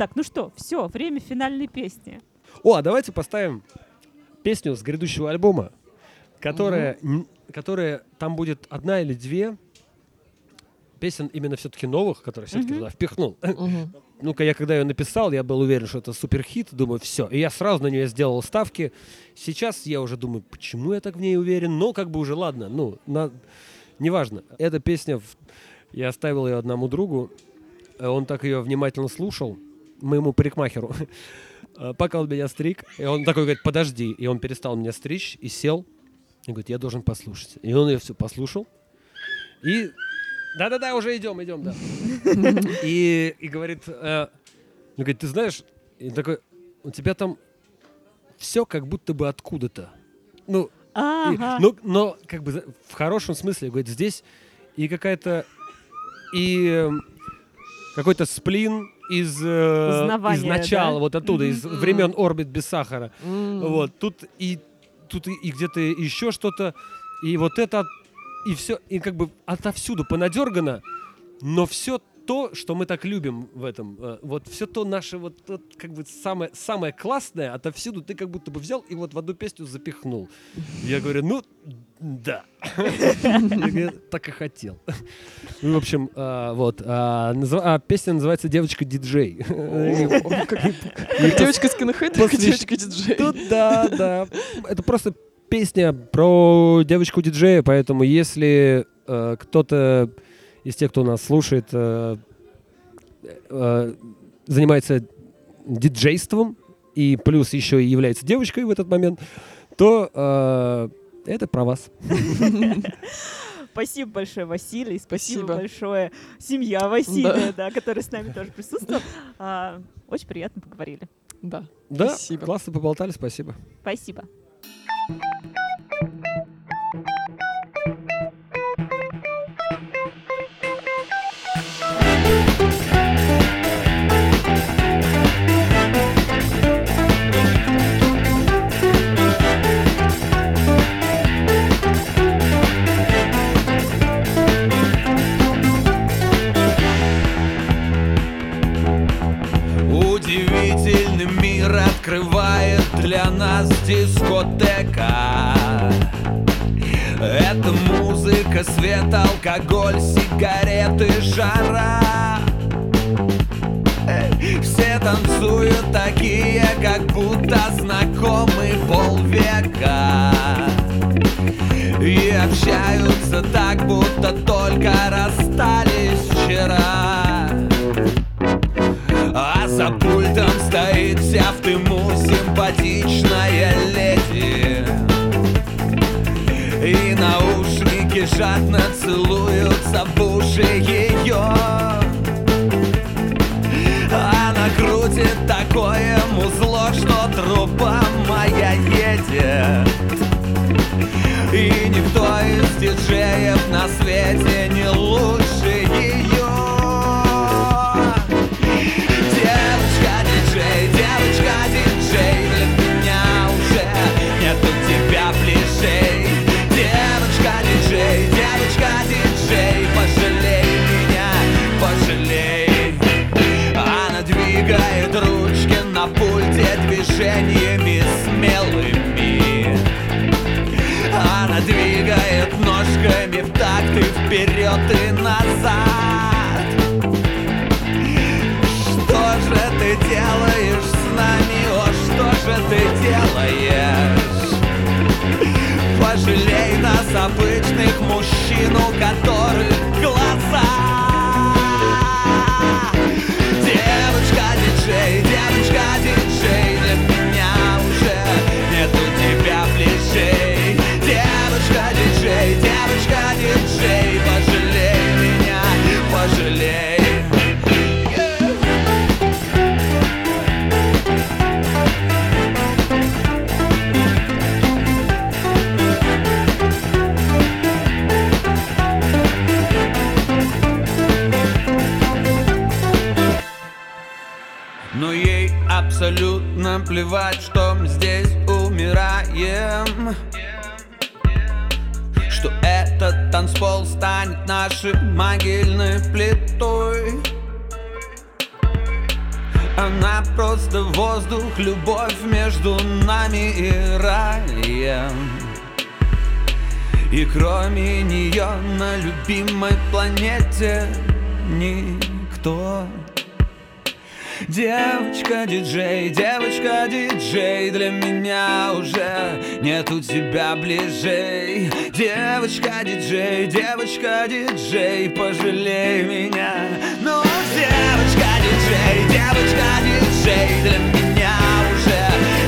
Так, ну что, все, время финальной песни. О, а давайте поставим песню с грядущего альбома, которая, н- которая там будет одна или две песен именно все-таки новых, которые все-таки Мгм. туда впихнул. Мгм. Ну-ка, я когда ее написал, я был уверен, что это суперхит, думаю, все. И я сразу на нее сделал ставки. Сейчас я уже думаю, почему я так в ней уверен, но как бы уже ладно, ну, на... неважно. Эта песня, в- я оставил ее одному другу, э, он так ее внимательно слушал, моему парикмахеру, э, пока он меня стриг, и он такой говорит, подожди, и он перестал меня стричь и сел, и говорит, я должен послушать. И он ее все послушал, и... Да-да-да, уже идем, идем, да. И, и говорит, э, ну, говорит, ты знаешь, и такой, у тебя там все как будто бы откуда-то. Ну, и- Ага. ну, но как бы за- в хорошем смысле, говорит, здесь и какая-то, и э, какой-то сплин из, э, Узнавание, из начала, да? вот оттуда, из Мгм. времен орбит без сахара. М. Вот, тут и тут и, и где-то еще что-то, и вот это, и все, и как бы отовсюду понадергано, но все то, что мы так любим в этом, э, вот все то наше, вот, вот как бы самое, самое классное отовсюду ты как будто бы взял и вот в одну песню запихнул. Я говорю, ну, да. Я говорю, так и хотел. Ну, в общем, а, вот, а, назва- а песня называется «Девочка-диджей». О, как- как девочка скинхед, как Посвящ- девочка-диджей. Тут да, да. Это просто песня про девочку-диджея, поэтому если э, кто-то из тех, кто нас слушает, э, э, занимается диджейством и плюс еще и является девочкой в этот момент, то э, это про вас. Спасибо большое, Василий. Спасибо, Спасибо. большое, семья Василия, да, которая с нами тоже присутствовала. А, очень приятно поговорили. Да. Да, Спасибо. классно поболтали, спасибо. Спасибо. Удивительный мир открывает для нас дискотека. Это музыка, свет, алкоголь, сигареты, жара. Эй, все танцуют такие, как будто знакомы полвека. И общаются так, будто только расстались вчера. А за пультом стоит вся в дыму симпатичная леди. И наушники жадно целуются в уши ее. Она крутит такое музло, что труба моя едет. И никто из диджеев на свете не лучше ее. Девочка-диджей, девочка-диджей, для меня уже нету тебя ближей. Девочка-диджей, девочка-диджей, пожалей меня, пожалей. Она двигает ручки на пульте движениями смелыми. Она двигает ножками в такт и вперед и назад. Что же ты делаешь с нами, о, что же ты делаешь? Пожалей нас, обычных мужчин, у которых глаза. Девочка-диджей, девочка-диджей, для меня уже нету тебя ближей. Девочка-диджей, девочка-диджей, пожалей меня, пожалей. Но ей абсолютно плевать, что мы здесь умираем. Что этот танцпол станет нашей могильной плитой. Она просто воздух, любовь между нами и раем. И кроме нее на любимой планете никто. Девочка-диджей, девочка-диджей, для меня уже нету тебя ближей. Девочка-диджей, девочка-диджей, пожалей меня. Ну, девочка-диджей, девочка-диджей, для меня уже